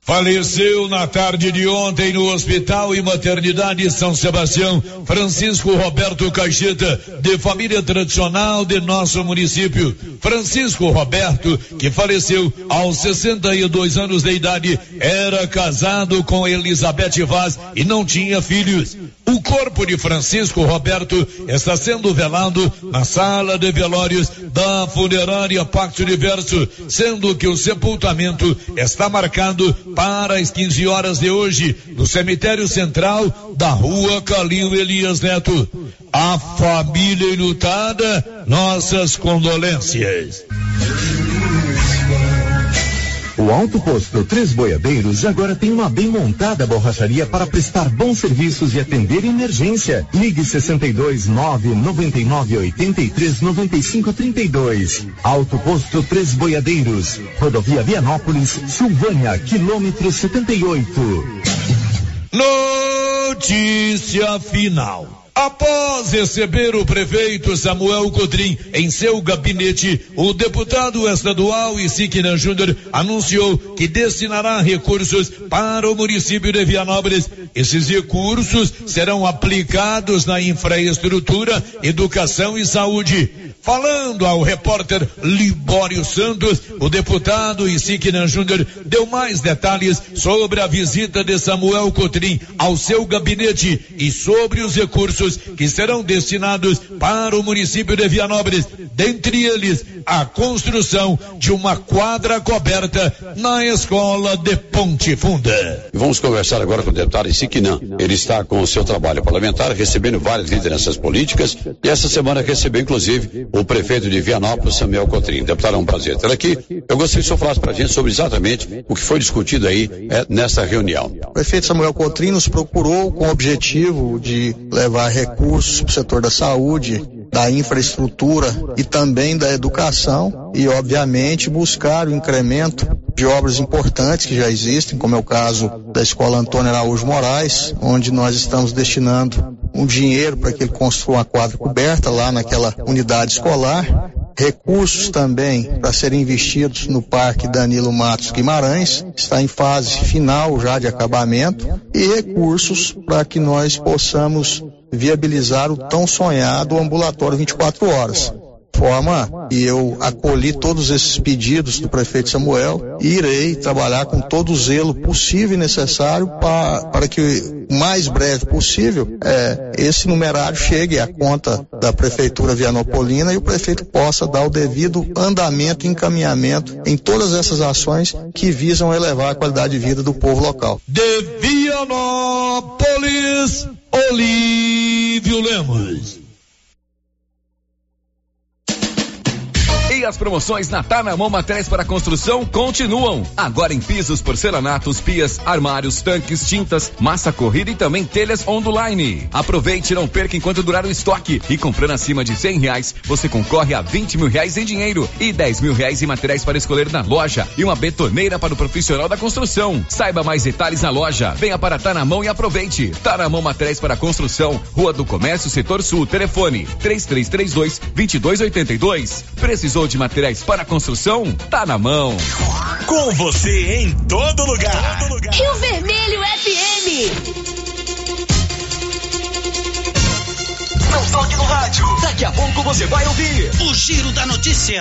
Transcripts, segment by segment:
Faleceu na tarde de ontem no Hospital e Maternidade São Sebastião, Francisco Roberto Caixeta, de família tradicional de nosso município. Francisco Roberto, que faleceu aos 62 anos de idade, era casado com Elizabeth Vaz e não tinha filhos. O corpo de Francisco Roberto está sendo velado na sala de velórios da funerária Pacto Universo, sendo que o sepultamento está marcado para as 15 horas de hoje, no cemitério central da Rua Calil Elias Neto. A família enlutada, nossas condolências. O Alto Posto Três Boiadeiros agora tem uma bem montada borracharia para prestar bons serviços e atender emergência. Ligue 62.999839532. Alto Posto Três Boiadeiros. Rodovia Vianópolis, Silvânia, quilômetro 78. Notícia final. Após receber o prefeito Samuel Cotrim em seu gabinete, o deputado estadual Isiquina Júnior anunciou que destinará recursos para o município de Vianópolis. Esses recursos serão aplicados na infraestrutura, educação e saúde. Falando ao repórter Libório Santos, o deputado Isiquina Júnior deu mais detalhes sobre a visita de Samuel Cotrim ao seu gabinete e sobre os recursos que serão destinados para o município de Vianópolis, dentre eles a construção de uma quadra coberta na escola de Ponte Funda. Vamos conversar agora com o deputado Isiquina. Ele está com o seu trabalho parlamentar, recebendo várias lideranças políticas, e essa semana recebeu inclusive o prefeito de Vianópolis, Samuel Cotrim. Deputado, é um prazer ter aqui. Eu gostaria que o senhor falasse para a gente sobre exatamente o que foi discutido aí nessa reunião. O prefeito Samuel Cotrim nos procurou com o objetivo de levar recursos para o setor da saúde, da infraestrutura e também da educação e, obviamente, buscar o incremento de obras importantes que já existem, como é o caso da Escola Antônio Araújo Moraes, onde nós estamos destinando um dinheiro para que ele construa uma quadra coberta lá naquela unidade escolar. Recursos também para serem investidos no Parque Danilo Matos Guimarães, está em fase final já de acabamento, e recursos para que nós possamos viabilizar o tão sonhado ambulatório 24 horas. Forma que eu acolhi todos esses pedidos do prefeito Samuel e irei trabalhar com todo o zelo possível e necessário para que o mais breve possível esse numerário chegue à conta da prefeitura vianopolina e o prefeito possa dar o devido andamento e encaminhamento em todas essas ações que visam elevar a qualidade de vida do povo local. De Vianópolis, Olívio Lemos. E as promoções na Tá na Mão Materiais para Construção continuam. Agora em pisos, porcelanatos, pias, armários, tanques, tintas, massa corrida e também telhas Onduline. Aproveite e não perca enquanto durar o estoque. E comprando acima de R$100, você concorre a R$20 mil em dinheiro e R$10 mil em materiais para escolher na loja e uma betoneira para o profissional da construção. Saiba mais detalhes na loja. Venha para Tá na Mão e aproveite. Tá na Mão Materiais para Construção, Rua do Comércio, Setor Sul. Telefone 3332-2282. Precisou de materiais para construção? Tá na mão. Com você em todo lugar. Rio Vermelho FM. Não toque no rádio. Daqui a pouco você vai ouvir o Giro da Notícia.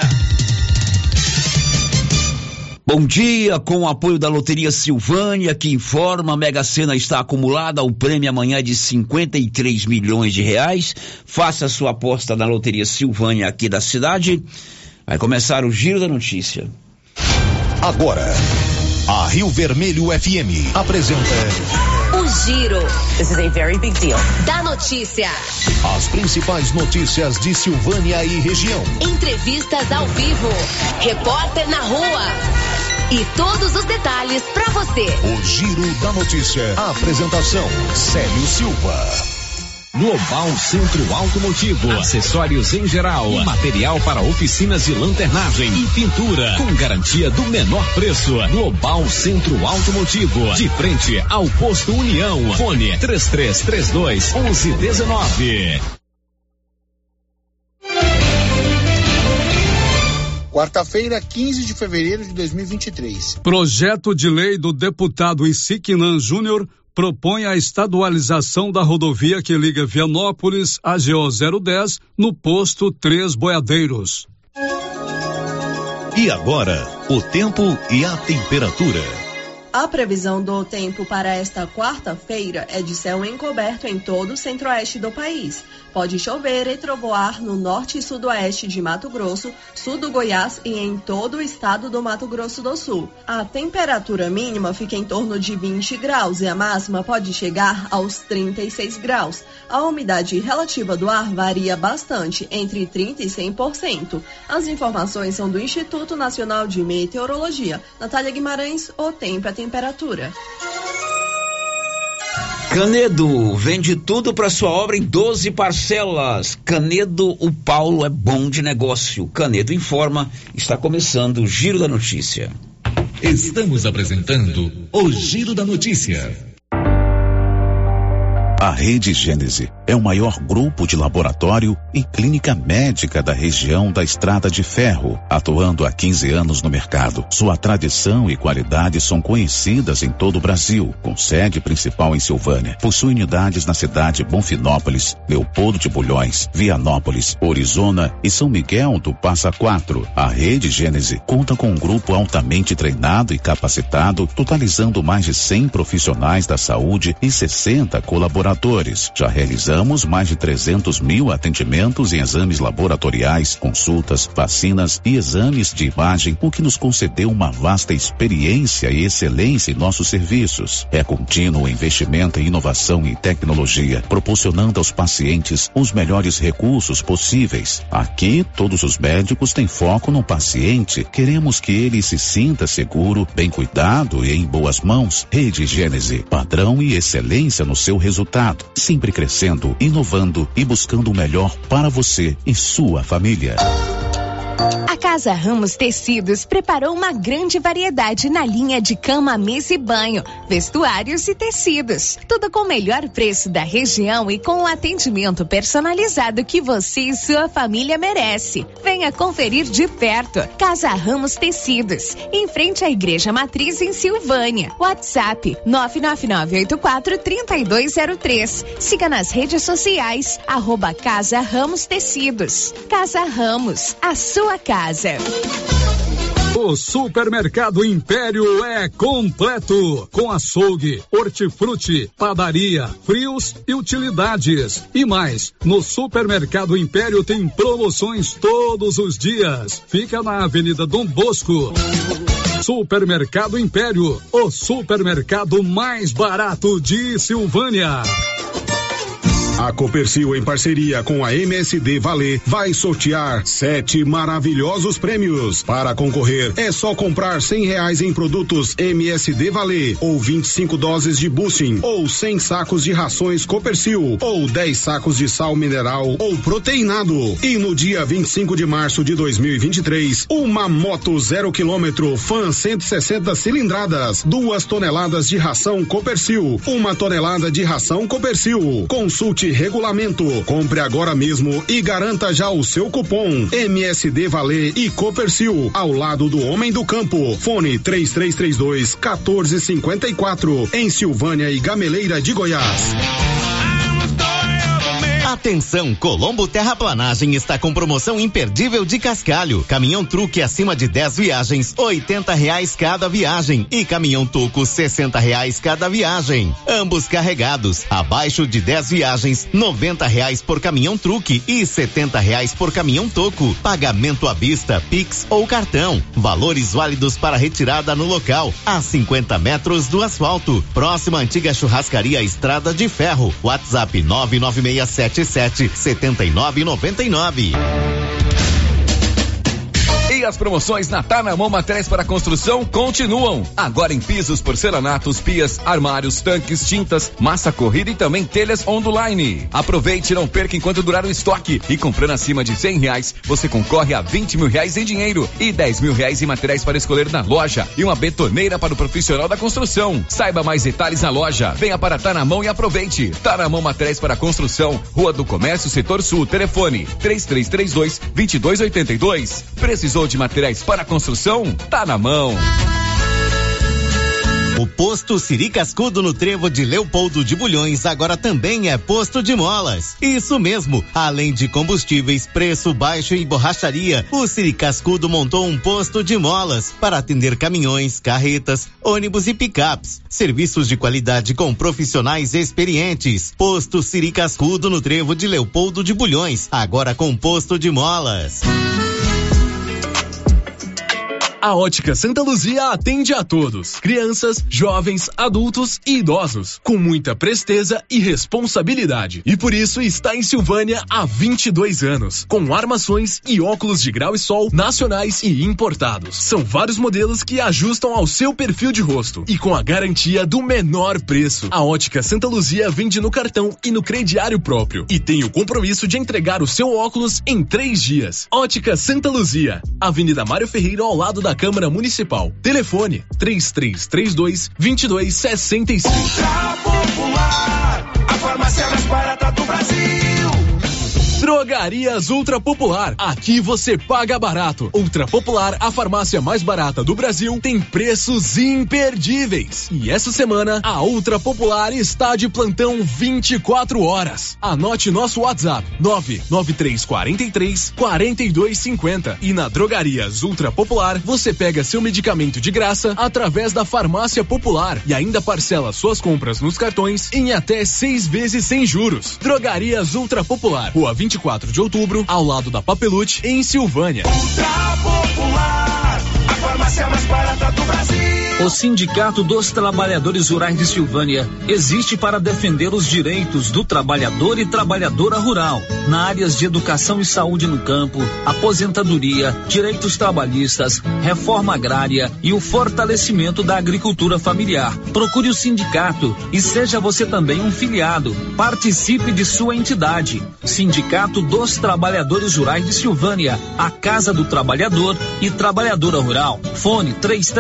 Bom dia, com o apoio da Loteria Silvânia, que informa: a Mega Sena está acumulada, o prêmio amanhã é de R$53 milhões. Faça sua aposta na Loteria Silvânia aqui da cidade. Vai começar o Giro da Notícia. Agora, a Rio Vermelho FM apresenta o Giro. This is a very big deal. Da notícia. As principais notícias de Silvânia e região. Entrevistas ao vivo. Repórter na rua. E todos os detalhes para você. O Giro da Notícia. A apresentação: Célio Silva. Global Centro Automotivo, acessórios em geral, material para oficinas de lanternagem e pintura, com garantia do menor preço. Global Centro Automotivo, de frente ao Posto União. Fone 3332-1119. quarta-feira, 15 de fevereiro de 2023. Projeto de lei do deputado Isiquinan Júnior propõe a estadualização da rodovia que liga Vianópolis a GO 010 no posto Três Boiadeiros. E agora, o tempo e a temperatura. A previsão do tempo para esta quarta-feira é de céu encoberto em todo o centro-oeste do país. Pode chover e trovoar no norte e sudoeste de Mato Grosso, sul do Goiás e em todo o estado do Mato Grosso do Sul. A temperatura mínima fica em torno de 20 graus e a máxima pode chegar aos 36 graus. A umidade relativa do ar varia bastante, entre 30% e 100%. As informações são do Instituto Nacional de Meteorologia. Natália Guimarães, o tempo e a temperatura. Canedo, vende tudo para sua obra em 12 parcelas. Canedo, o Paulo é bom de negócio. Canedo informa, está começando o Giro da Notícia. Estamos apresentando o Giro da Notícia. A Rede Gênese é o maior grupo de laboratório e clínica médica da região da Estrada de Ferro, atuando há 15 anos no mercado. Sua tradição e qualidade são conhecidas em todo o Brasil, com sede principal em Silvânia. Possui unidades na cidade Bonfinópolis, Leopoldo de Bulhões, Vianópolis, Orizona e São Miguel do Passa Quatro. A Rede Gênese conta com um grupo altamente treinado e capacitado, totalizando mais de 100 profissionais da saúde e 60 colaboradores. Já realizamos mais de 300 mil atendimentos em exames laboratoriais, consultas, vacinas e exames de imagem, o que nos concedeu uma vasta experiência e excelência em nossos serviços. É contínuo investimento em inovação e tecnologia, proporcionando aos pacientes os melhores recursos possíveis. Aqui, todos os médicos têm foco no paciente. Queremos que ele se sinta seguro, bem cuidado e em boas mãos. Rede Gênese, padrão e excelência no seu resultado. Sempre crescendo, inovando e buscando o melhor para você e sua família. A Casa Ramos Tecidos preparou uma grande variedade na linha de cama, mesa e banho, vestuários e tecidos. Tudo com o melhor preço da região e com o atendimento personalizado que você e sua família merece. Venha conferir de perto. Casa Ramos Tecidos, em frente à Igreja Matriz em Silvânia. WhatsApp 999843203. Siga nas redes sociais @Casa Ramos Tecidos. Casa Ramos, a sua casa. O Supermercado Império é completo, com açougue, hortifruti, padaria, frios e utilidades. E mais, no Supermercado Império tem promoções todos os dias. Fica na Avenida Dom Bosco. Supermercado Império, o supermercado mais barato de Silvânia. A Copercil, em parceria com a MSD Valer, vai sortear 7 maravilhosos prêmios. Para concorrer, é só comprar R$100 em produtos MSD Valer, ou 25 doses de boosting, ou 100 sacos de rações Copercil, ou 10 sacos de sal mineral ou proteinado. E no dia 25 de março de 2023, uma moto 0 km Fan 160 cilindradas, 2 toneladas de ração Copercil, 1 tonelada de ração Copercil. Consulte regulamento. Compre agora mesmo e garanta já o seu cupom MSD Valer e Copercil, ao lado do Homem do Campo. Fone 3332-1454, em Silvânia e Gameleira de Goiás. Atenção, Colombo Terraplanagem está com promoção imperdível de cascalho. Caminhão truque acima de 10 viagens, R$80 cada viagem, e caminhão toco R$60 cada viagem. Ambos carregados, abaixo de 10 viagens, R$90 por caminhão truque e R$70 por caminhão toco. Pagamento à vista, Pix ou cartão. Valores válidos para retirada no local, a 50 metros do asfalto. Próxima antiga churrascaria Estrada de Ferro. WhatsApp 99677-7999. E as promoções na Tá na Mão Materiais para Construção continuam. Agora em pisos, porcelanatos, pias, armários, tanques, tintas, massa corrida e também telhas on-line. Aproveite e não perca enquanto durar o estoque. E comprando acima de R$100, você concorre a R$20 mil em dinheiro e R$10 mil em materiais para escolher na loja e uma betoneira para o profissional da construção. Saiba mais detalhes na loja. Venha para Tá na Mão e aproveite. Tá na Mão Materiais para Construção, Rua do Comércio, Setor Sul. Telefone 3332-2282. Precisou de de materiais para construção tá na mão. O posto Siri Cascudo no Trevo de Leopoldo de Bulhões agora também é posto de molas. Isso mesmo, além de combustíveis, preço baixo e borracharia, o Siri Cascudo montou um posto de molas para atender caminhões, carretas, ônibus e picapes. Serviços de qualidade com profissionais experientes. Posto Siri Cascudo no Trevo de Leopoldo de Bulhões, agora com posto de molas. A Ótica Santa Luzia atende a todos, crianças, jovens, adultos e idosos, com muita presteza e responsabilidade. E por isso está em Silvânia há 22 anos, com armações e óculos de grau e sol nacionais e importados. São vários modelos que ajustam ao seu perfil de rosto e com a garantia do menor preço. A Ótica Santa Luzia vende no cartão e no crediário próprio e tem o compromisso de entregar o seu óculos em 3 dias. Ótica Santa Luzia, Avenida Mário Ferreira, ao lado da Câmara Municipal. Telefone 3332-2266. Ultra Popular, a farmácia mais barata do Brasil. Drogarias Ultra Popular. Aqui você paga barato. Ultra Popular, a farmácia mais barata do Brasil, tem preços imperdíveis. E essa semana, a Ultra Popular está de plantão 24 horas. Anote nosso WhatsApp: 99343-4250. E na Drogarias Ultra Popular, você pega seu medicamento de graça através da Farmácia Popular e ainda parcela suas compras nos cartões em até 6 vezes sem juros. Drogarias Ultra Popular, Rua 24 de Outubro, ao lado da Papelute, em Silvânia. Ultra Popular, a farmácia mais barata do Brasil. O Sindicato dos Trabalhadores Rurais de Silvânia existe para defender os direitos do trabalhador e trabalhadora rural, na áreas de educação e saúde no campo, aposentadoria, direitos trabalhistas, reforma agrária e o fortalecimento da agricultura familiar. Procure o sindicato e seja você também um filiado. Participe de sua entidade. Sindicato dos Trabalhadores Rurais de Silvânia, a Casa do Trabalhador e Trabalhadora Rural. Fone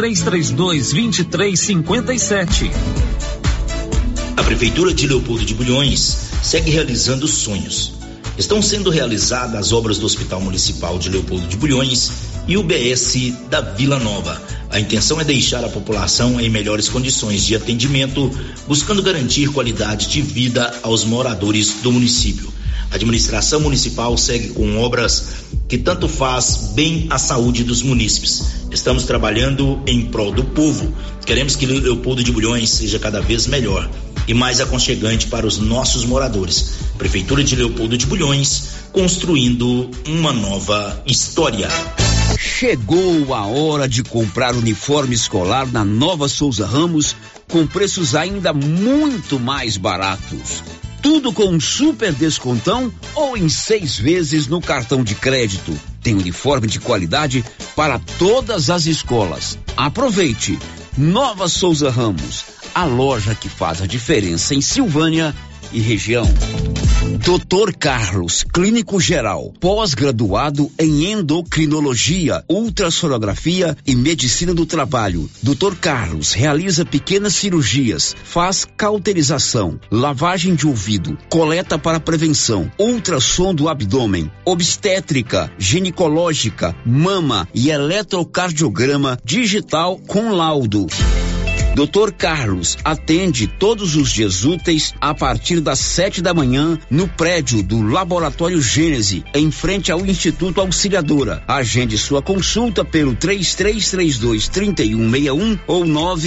3332-2357. A Prefeitura de Leopoldo de Bulhões segue realizando sonhos. Estão sendo realizadas as obras do Hospital Municipal de Leopoldo de Bulhões e o BS da Vila Nova. A intenção é deixar a população em melhores condições de atendimento, buscando garantir qualidade de vida aos moradores do município. A administração municipal segue com obras que tanto faz bem à saúde dos munícipes. Estamos trabalhando em prol do povo. Queremos que Leopoldo de Bulhões seja cada vez melhor e mais aconchegante para os nossos moradores. Prefeitura de Leopoldo de Bulhões, construindo uma nova história. Chegou a hora de comprar uniforme escolar na Nova Souza Ramos, com preços ainda muito mais baratos. Tudo com um super descontão ou em 6 vezes no cartão de crédito. Tem uniforme de qualidade para todas as escolas. Aproveite! Nova Souza Ramos, a loja que faz a diferença em Silvânia e região. Dr. Carlos, clínico geral, pós-graduado em endocrinologia, ultrassonografia e medicina do trabalho. Dr. Carlos realiza pequenas cirurgias, faz cauterização, lavagem de ouvido, coleta para prevenção, ultrassom do abdômen, obstétrica, ginecológica, mama e eletrocardiograma digital com laudo. Dr. Carlos atende todos os dias úteis a partir das 7 da manhã no prédio do Laboratório Gênese, em frente ao Instituto Auxiliadora. Agende sua consulta pelo 3332-3161 ou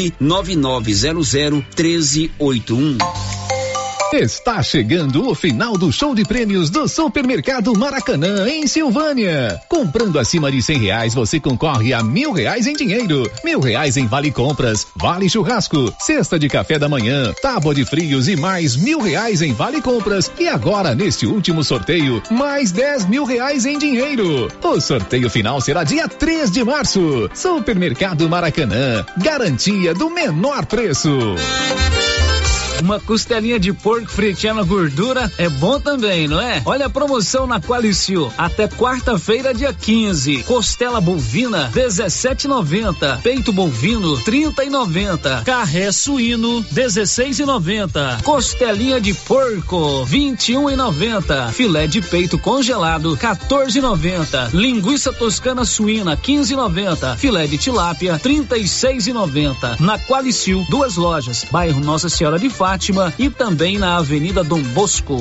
99900-1381. Está chegando o final do show de prêmios do Supermercado Maracanã, em Silvânia. Comprando acima de R$100, você concorre a R$1.000 em dinheiro, R$1.000 em vale compras, vale churrasco, cesta de café da manhã, tábua de frios e mais R$1.000 em vale compras. E agora, neste último sorteio, mais R$10.000 em dinheiro. O sorteio final será dia 3 de março. Supermercado Maracanã, garantia do menor preço. Uma costelinha de porco fritinha na gordura é bom também, não é? Olha a promoção na Qualicil. Até quarta-feira, dia 15. Costela bovina, 17,90. Peito bovino, 30,90. Carré suíno, 16,90. Costelinha de porco, 21,90. Filé de peito congelado, 14,90. Linguiça toscana suína, 15,90. Filé de tilápia, 36,90. Na Qualicil, 2 lojas, bairro Nossa Senhora de Fátima e também na Avenida Dom Bosco.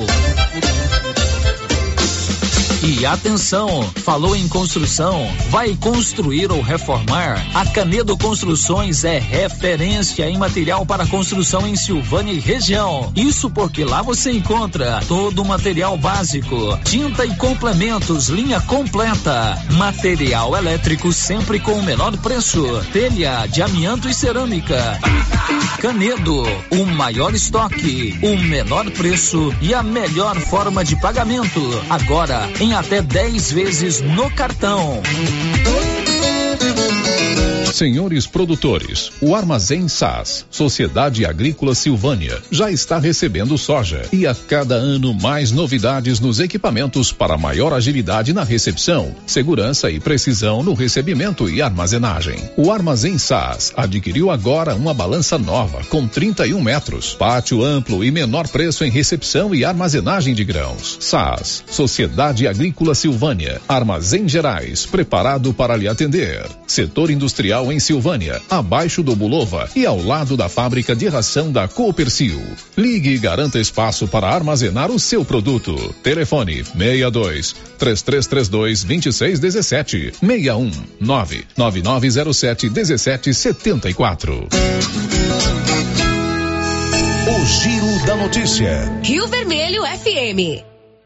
E atenção, falou em construção, vai construir ou reformar? A Canedo Construções é referência em material para construção em Silvânia e região. Isso porque lá você encontra todo o material básico, tinta e complementos, linha completa, material elétrico sempre com o menor preço, telha de amianto e cerâmica. Canedo, o maior estoque, o menor preço e a melhor forma de pagamento. Agora em até 10 vezes no cartão. Senhores produtores, o Armazém SAS, Sociedade Agrícola Silvânia, já está recebendo soja e a cada ano mais novidades nos equipamentos para maior agilidade na recepção, segurança e precisão no recebimento e armazenagem. O Armazém SAS adquiriu agora uma balança nova com 31 metros, pátio amplo e menor preço em recepção e armazenagem de grãos. SAS, Sociedade Agrícola Silvânia, Armazém Gerais, preparado para lhe atender. Setor industrial em Silvânia, abaixo do Bulova e ao lado da fábrica de ração da Copercil. Ligue e garanta espaço para armazenar o seu produto. Telefone 62-3332-2617, 61-99907-1774. O Giro da Notícia. Rio Vermelho FM.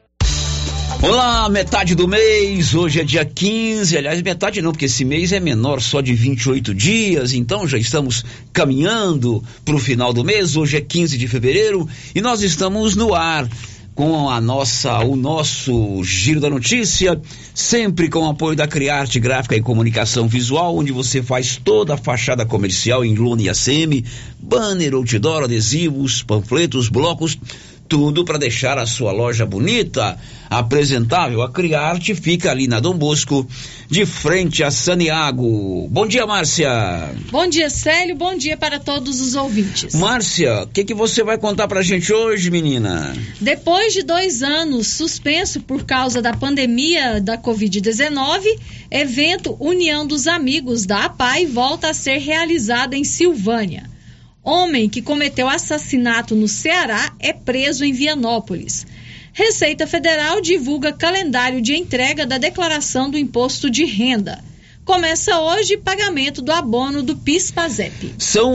Olá, metade do mês, hoje é dia 15, aliás, metade não, porque esse mês é menor, só de 28 dias, então já estamos caminhando para o final do mês, hoje é 15 de fevereiro e nós estamos no ar com o nosso Giro da Notícia, sempre com o apoio da Criarte Gráfica e Comunicação Visual, onde você faz toda a fachada comercial em lona e ACM, banner, outdoor, adesivos, panfletos, blocos, tudo para deixar a sua loja bonita, apresentável. A Criarte fica ali na Dom Bosco, de frente a Saniago. Bom dia, Márcia. Bom dia, Célio. Bom dia para todos os ouvintes. Márcia, o que você vai contar pra gente hoje, menina? Depois de 2 anos suspenso por causa da pandemia da Covid-19, evento União dos Amigos da APAI volta a ser realizado em Silvânia. Homem que cometeu assassinato no Ceará é preso em Vianópolis. Receita Federal divulga calendário de entrega da declaração do imposto de renda. Começa hoje pagamento do abono do PIS/PASEP. São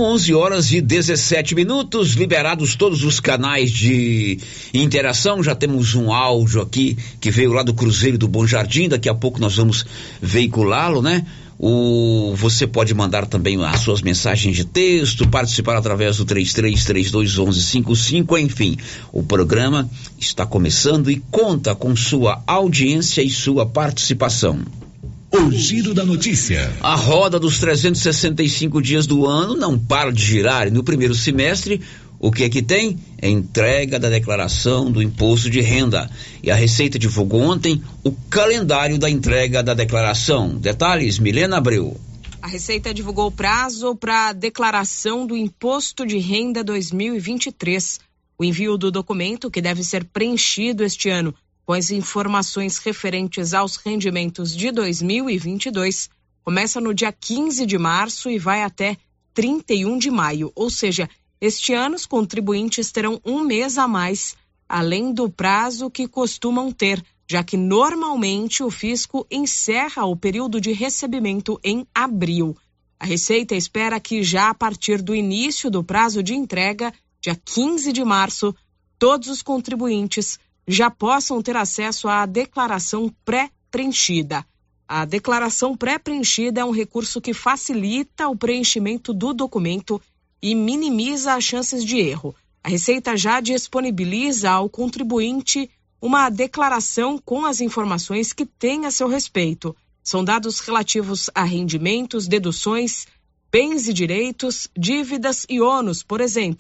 11h17, liberados todos os canais de interação. Já temos um áudio aqui que veio lá do Cruzeiro do Bom Jardim. Daqui a pouco nós vamos veiculá-lo, né? Você pode mandar também as suas mensagens de texto, participar através do 33321155, enfim, o programa está começando e conta com sua audiência e sua participação. O Giro da Notícia. A roda dos 365 dias do ano não para de girar e no primeiro semestre o que é que tem? É entrega da declaração do imposto de renda. E a Receita divulgou ontem o calendário da entrega da declaração. Detalhes, Milena Abreu. A Receita divulgou o prazo para a declaração do imposto de renda 2023. O envio do documento, que deve ser preenchido este ano com as informações referentes aos rendimentos de 2022, começa no dia 15 de março e vai até 31 de maio, ou seja, este ano, os contribuintes terão um mês a mais, além do prazo que costumam ter, já que normalmente o fisco encerra o período de recebimento em abril. A Receita espera que já a partir do início do prazo de entrega, dia 15 de março, todos os contribuintes já possam ter acesso à declaração pré-preenchida. A declaração pré-preenchida é um recurso que facilita o preenchimento do documento e minimiza as chances de erro. A Receita já disponibiliza ao contribuinte uma declaração com as informações que tem a seu respeito. São dados relativos a rendimentos, deduções, bens e direitos, dívidas e ônus, por exemplo.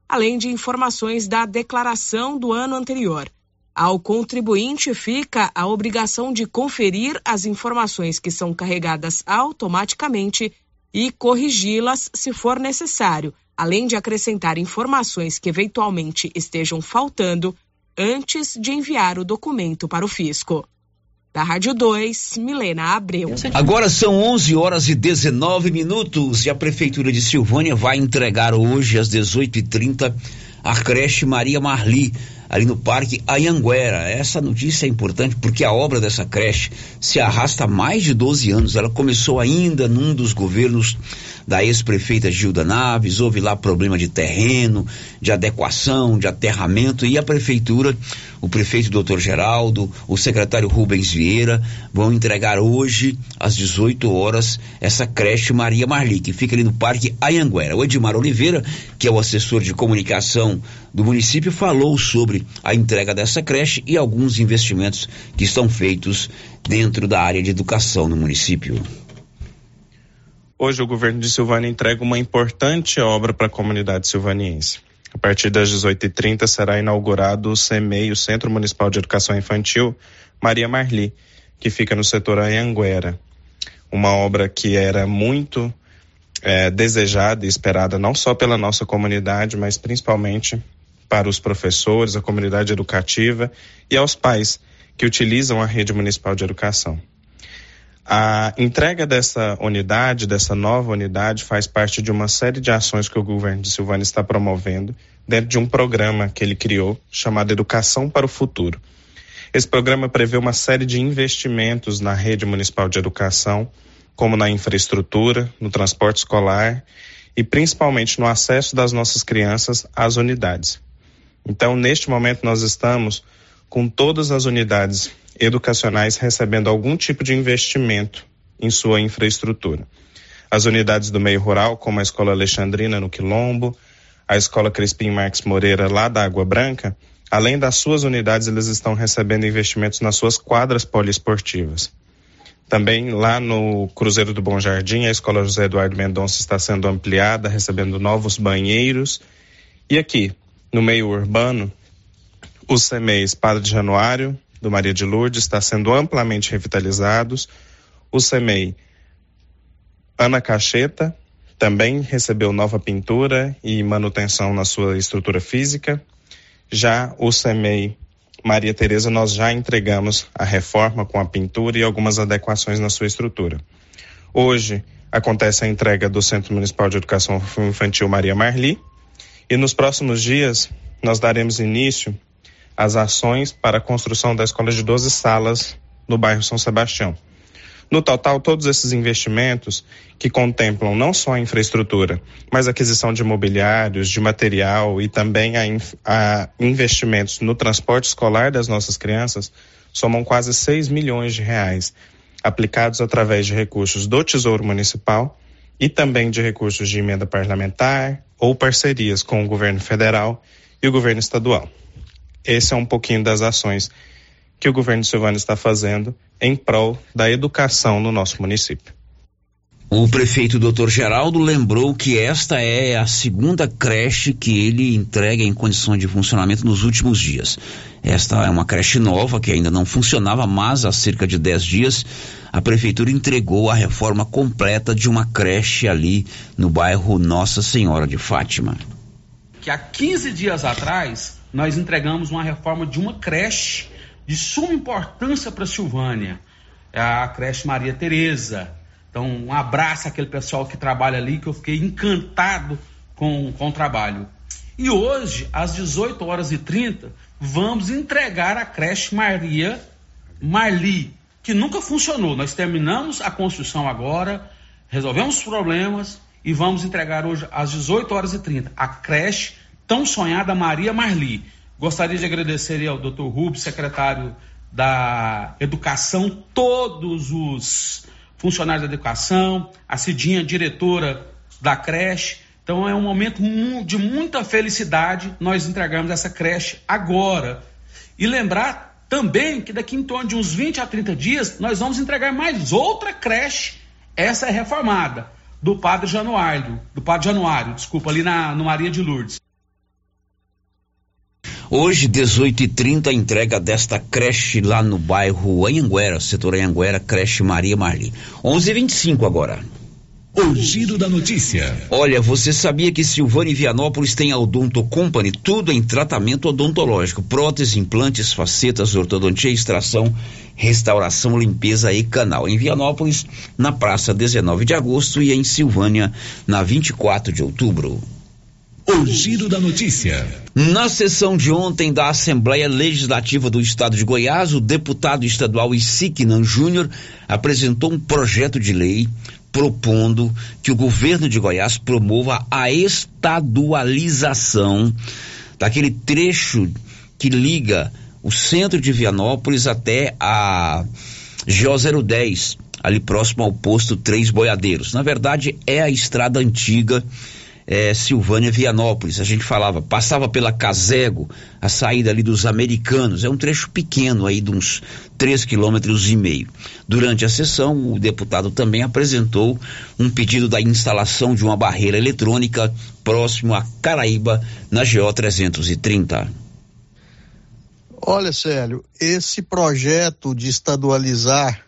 além de informações da declaração do ano anterior. Ao contribuinte fica a obrigação de conferir as informações que são carregadas automaticamente e corrigi-las se for necessário, além de acrescentar informações que eventualmente estejam faltando antes de enviar o documento para o fisco. Da Rádio 2, Milena Abreu. Agora são 11h19 e a Prefeitura de Silvânia vai entregar hoje às 18h30 a creche Maria Marli, ali no Parque Anhanguera. Essa notícia é importante porque a obra dessa creche se arrasta há mais de 12 anos. Ela começou ainda num dos governos da ex-prefeita Gilda Naves. Houve lá problema de terreno, de adequação, de aterramento, e a prefeitura, o prefeito Dr. Geraldo, o secretário Rubens Vieira vão entregar hoje às 18 horas essa creche Maria Marli, que fica ali no Parque Anhanguera. O Edmar Oliveira, que é o assessor de comunicação do município, falou sobre a entrega dessa creche e alguns investimentos que estão feitos dentro da área de educação no município. Hoje o governo de Silvânia entrega uma importante obra para a comunidade silvaniense. A partir das 18h30 será inaugurado o CEMEI, o Centro Municipal de Educação Infantil Maria Marli, que fica no setor Anhanguera. Uma obra que era muito desejada e esperada não só pela nossa comunidade, mas principalmente para os professores, a comunidade educativa e aos pais que utilizam a rede municipal de educação. A entrega dessa unidade, dessa nova unidade, faz parte de uma série de ações que o governo de Silvânia está promovendo dentro de um programa que ele criou, chamado Educação para o Futuro. Esse programa prevê uma série de investimentos na rede municipal de educação, como na infraestrutura, no transporte escolar e principalmente no acesso das nossas crianças às unidades. Então, neste momento, nós estamos com todas as unidades educacionais recebendo algum tipo de investimento em sua infraestrutura. As unidades do meio rural, como a Escola Alexandrina no Quilombo, a Escola Crispim Marques Moreira lá da Água Branca, além das suas unidades, eles estão recebendo investimentos nas suas quadras poliesportivas. Também lá no Cruzeiro do Bom Jardim, a Escola José Eduardo Mendonça está sendo ampliada, recebendo novos banheiros. E aqui, no meio urbano, os CEMEIs Padre Januário, do Maria de Lourdes, está sendo amplamente revitalizados. O CEMEI Ana Cacheta também recebeu nova pintura e manutenção na sua estrutura física. Já o CEMEI Maria Tereza, nós já entregamos a reforma com a pintura e algumas adequações na sua estrutura. Hoje acontece a entrega do Centro Municipal de Educação Infantil Maria Marli e nos próximos dias nós daremos início às ações para a construção da escola de 12 salas no bairro São Sebastião. No total, todos esses investimentos que contemplam não só a infraestrutura, mas a aquisição de imobiliários, de material e também a investimentos no transporte escolar das nossas crianças, somam quase 6 milhões de reais, aplicados através de recursos do Tesouro Municipal e também de recursos de emenda parlamentar ou parcerias com o governo federal e o governo estadual. Esse é um pouquinho das ações que o governo de Silvânia está fazendo em prol da educação no nosso município. O prefeito Dr. Geraldo lembrou que esta é a segunda creche que ele entrega em condições de funcionamento nos últimos dias. Esta é uma creche nova que ainda não funcionava, mas há cerca de 10 dias a prefeitura entregou a reforma completa de uma creche ali no bairro Nossa Senhora de Fátima. Que há 15 dias atrás nós entregamos uma reforma de uma creche de suma importância para Silvânia, é a creche Maria Tereza. Então, um abraço àquele pessoal que trabalha ali, que eu fiquei encantado com o trabalho. E hoje, às 18h30, vamos entregar a creche Maria Marli, que nunca funcionou. Nós terminamos a construção agora, resolvemos os problemas e vamos entregar hoje às 18h30 a creche tão sonhada Maria Marli. Gostaria de agradecer ao Dr. Rubens, secretário da Educação, todos os funcionários da educação, a Cidinha, diretora da creche. Então é um momento de muita felicidade nós entregamos essa creche agora. E lembrar também que daqui em torno de uns 20 a 30 dias nós vamos entregar mais outra creche, essa é reformada, do Padre Januário, ali no Maria de Lourdes. Hoje, 18h30, a entrega desta creche lá no bairro Anhanguera, setor Anhanguera, creche Maria Marli. 11h25 agora. O giro da notícia. Olha, você sabia que Silvânia e Vianópolis tem a Odonto Company, tudo em tratamento odontológico, prótese, implantes, facetas, ortodontia, extração, restauração, limpeza e canal. Em Vianópolis, na praça 19 de agosto e em Silvânia, na 24 de outubro. O giro da notícia. Na sessão de ontem da Assembleia Legislativa do Estado de Goiás, o deputado estadual Isignan Júnior apresentou um projeto de lei propondo que o governo de Goiás promova a estadualização daquele trecho que liga o centro de Vianópolis até a GO 010, ali próximo ao posto Três Boiadeiros. Na verdade, é a estrada antiga Silvânia Vianópolis. A gente passava pela Casego, a saída ali dos Americanos. É um trecho pequeno aí de uns 3,5 quilômetros. Durante a sessão, o deputado também apresentou um pedido da instalação de uma barreira eletrônica próximo a Caraíba, na GO 330. Olha, Célio, esse projeto de estadualizar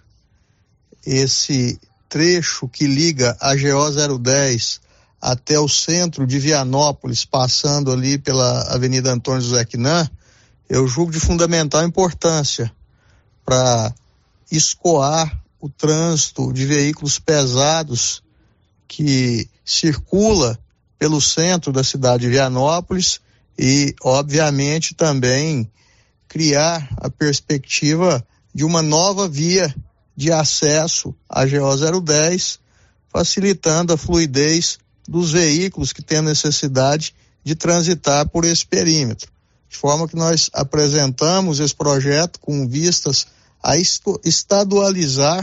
esse trecho que liga a GO 010 até o centro de Vianópolis, passando ali pela Avenida Antônio José Quinan, eu julgo de fundamental importância para escoar o trânsito de veículos pesados que circula pelo centro da cidade de Vianópolis e, obviamente, também criar a perspectiva de uma nova via de acesso à GO 010, facilitando a fluidez dos veículos que têm a necessidade de transitar por esse perímetro. De forma que nós apresentamos esse projeto com vistas a estadualizar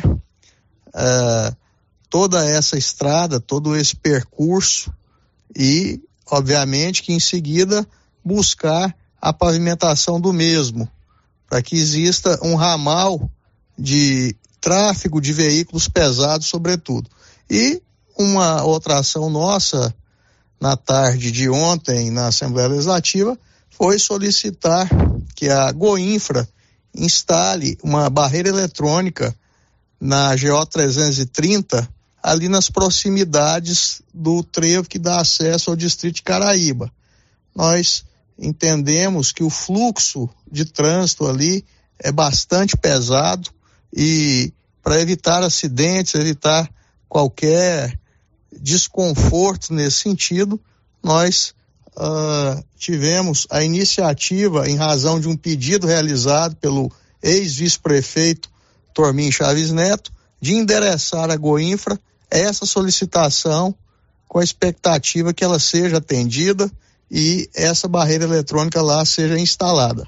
toda essa estrada, todo esse percurso e, obviamente, que em seguida buscar a pavimentação do mesmo, para que exista um ramal de tráfego de veículos pesados, sobretudo. E uma outra ação nossa, na tarde de ontem, na Assembleia Legislativa, foi solicitar que a Goinfra instale uma barreira eletrônica na GO 330, ali nas proximidades do trevo que dá acesso ao distrito de Caraíba. Nós entendemos que o fluxo de trânsito ali é bastante pesado e, para evitar acidentes, evitar qualquer desconforto nesse sentido, nós tivemos a iniciativa, em razão de um pedido realizado pelo ex-vice-prefeito Tormin Chaves Neto, de endereçar a Goinfra essa solicitação com a expectativa que ela seja atendida e essa barreira eletrônica lá seja instalada.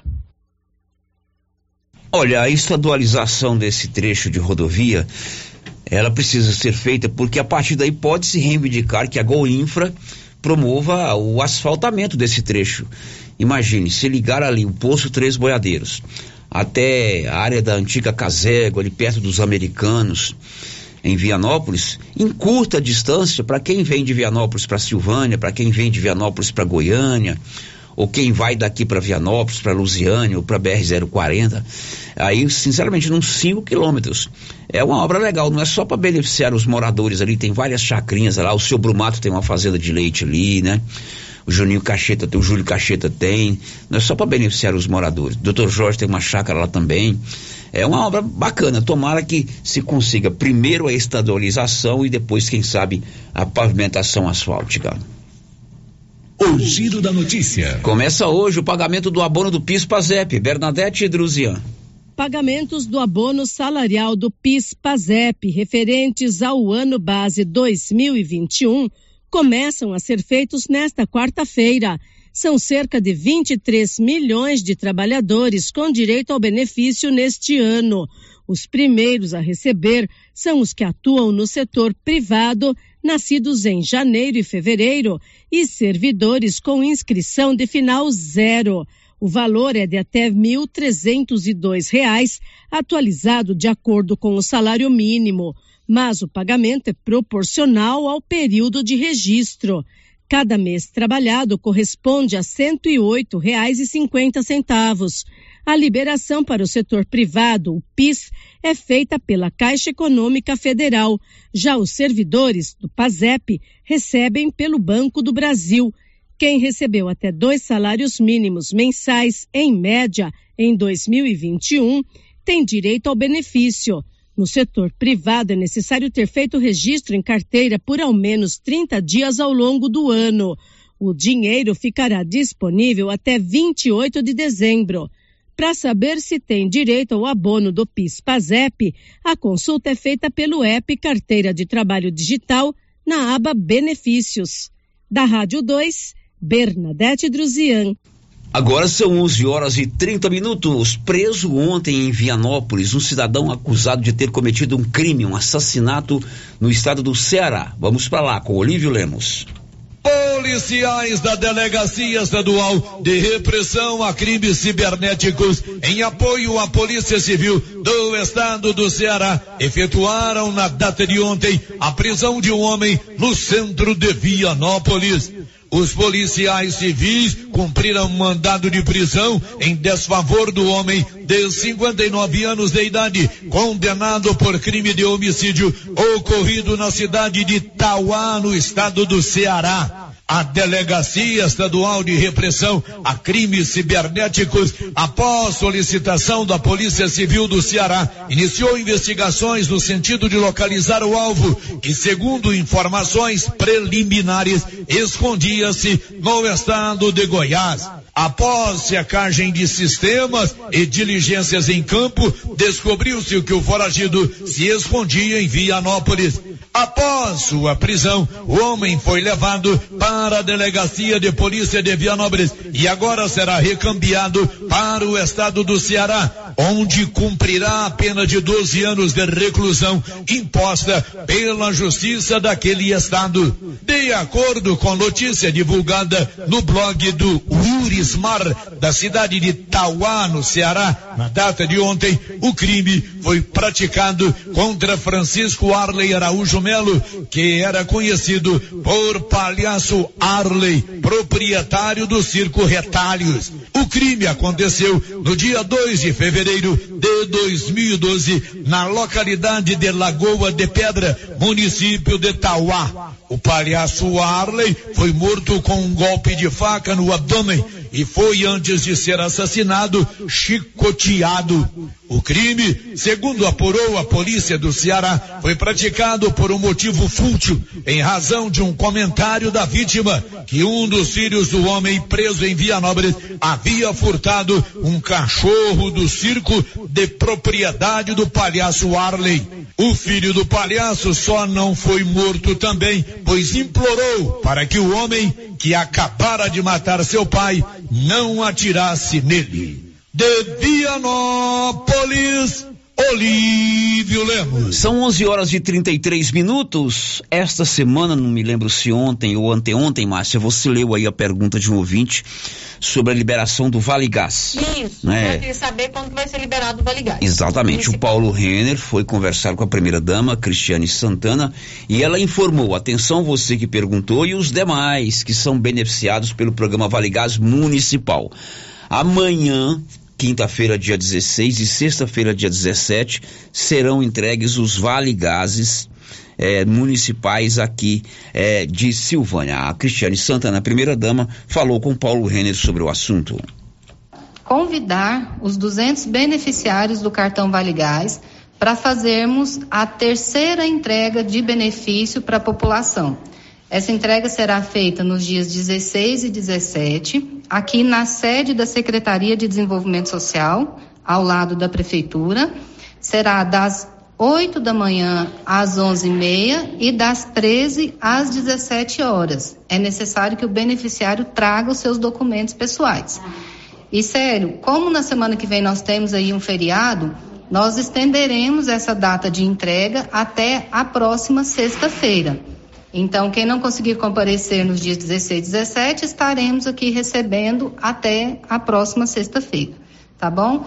Olha, a estadualização desse trecho de rodovia, ela precisa ser feita porque a partir daí pode-se reivindicar que a Goinfra promova o asfaltamento desse trecho. Imagine, se ligar ali o posto Três Boiadeiros até a área da antiga Casego, ali perto dos Americanos, em Vianópolis, em curta distância, para quem vem de Vianópolis para Silvânia, para quem vem de Vianópolis para Goiânia, ou quem vai daqui para Vianópolis, para Lusiânia ou para BR-040, aí, sinceramente, uns 5 quilômetros. É uma obra legal, não é só para beneficiar os moradores ali, tem várias chacrinhas lá, o seu Brumato tem uma fazenda de leite ali, né? O Júlio Cacheta tem, não é só para beneficiar os moradores. O Dr. Jorge tem uma chácara lá também. É uma obra bacana, tomara que se consiga primeiro a estadualização e depois, quem sabe, a pavimentação asfáltica. O giro da notícia. Começa hoje o pagamento do abono do PIS/PASEP. Bernadette e Druzian. Pagamentos do abono salarial do PIS/PASEP referentes ao ano base 2021 começam a ser feitos nesta quarta-feira. São cerca de 23 milhões de trabalhadores com direito ao benefício neste ano. Os primeiros a receber são os que atuam no setor privado, nascidos em janeiro e fevereiro, e servidores com inscrição de final 0. O valor é de até R$ 1.302, atualizado de acordo com o salário mínimo, mas o pagamento é proporcional ao período de registro. Cada mês trabalhado corresponde a R$ 108,50. A liberação para o setor privado, o PIS, é feita pela Caixa Econômica Federal. Já os servidores do PASEP recebem pelo Banco do Brasil. Quem recebeu até 2 salários mínimos mensais, em média, em 2021, tem direito ao benefício. No setor privado, é necessário ter feito registro em carteira por ao menos 30 dias ao longo do ano. O dinheiro ficará disponível até 28 de dezembro. Para saber se tem direito ao abono do PIS/PASEP, a consulta é feita pelo app Carteira de Trabalho Digital, na aba Benefícios. Da Rádio 2, Bernadette Druzian. Agora são 11h30. Preso ontem em Vianópolis, um cidadão acusado de ter cometido um crime, um assassinato no estado do Ceará. Vamos para lá com Olívio Lemos. Policiais da Delegacia Estadual de Repressão a Crimes Cibernéticos, em apoio à Polícia Civil do Estado do Ceará, efetuaram na data de ontem a prisão de um homem no centro de Vianópolis. Os policiais civis cumpriram mandado de prisão em desfavor do homem de 59 anos de idade, condenado por crime de homicídio ocorrido na cidade de Tauá, no estado do Ceará. A Delegacia Estadual de Repressão a Crimes Cibernéticos, após solicitação da Polícia Civil do Ceará, iniciou investigações no sentido de localizar o alvo e, segundo informações preliminares, escondia-se no estado de Goiás. Após checagem de sistemas e diligências em campo, descobriu-se que o foragido se escondia em Vianópolis. Após sua prisão, o homem foi levado para a Delegacia de Polícia de Vianópolis e agora será recambiado para o estado do Ceará, onde cumprirá a pena de 12 anos de reclusão imposta pela Justiça daquele estado. De acordo com notícia divulgada no blog do Urismar, da cidade de Tauá, no Ceará, na data de ontem, o crime foi praticado contra Francisco Arley Araújo Melo, que era conhecido por Palhaço Arley, proprietário do Circo Retalhos. O crime aconteceu no dia 2 de fevereiro de 2012, na localidade de Lagoa de Pedra, município de Tauá. O palhaço Arley foi morto com um golpe de faca no abdômen e foi, antes de ser assassinado, chicoteado. O crime, segundo apurou a polícia do Ceará, foi praticado por um motivo fútil, em razão de um comentário da vítima, que um dos filhos do homem preso em Vianópolis havia furtado um cachorro do circo de propriedade do palhaço Arley. O filho do palhaço só não foi morto também, pois implorou para que o homem que acabara de matar seu pai não atirasse nele. De Vianópolis, Olívio Lemos. São 11h33. Esta semana, não me lembro se ontem ou anteontem, Márcia, você leu aí a pergunta de um ouvinte sobre a liberação do Vale Gás. Isso, né? Eu queria saber quando vai ser liberado o Vale Gás. Exatamente, o Paulo Renner foi conversar com a primeira-dama, Cristiane Santana, e ela informou, atenção você que perguntou e os demais que são beneficiados pelo programa Vale Gás Municipal. Amanhã, quinta-feira, dia 16 e sexta-feira, dia 17, serão entregues os Vale Gases municipais aqui de Silvânia. A Cristiane Santana, primeira-dama, falou com Paulo Renner sobre o assunto. Convidar os 200 beneficiários do cartão Vale Gás para fazermos a terceira entrega de benefício para a população. Essa entrega será feita nos dias 16 e 17, aqui na sede da Secretaria de Desenvolvimento Social, ao lado da Prefeitura. Será das 8 da manhã às 11h30 e das 13 às 17 horas. É necessário que o beneficiário traga os seus documentos pessoais. E sério, como na semana que vem nós temos aí um feriado, nós estenderemos essa data de entrega até a próxima sexta-feira. Então, quem não conseguir comparecer nos dias 16 e 17, estaremos aqui recebendo até a próxima sexta-feira, tá bom?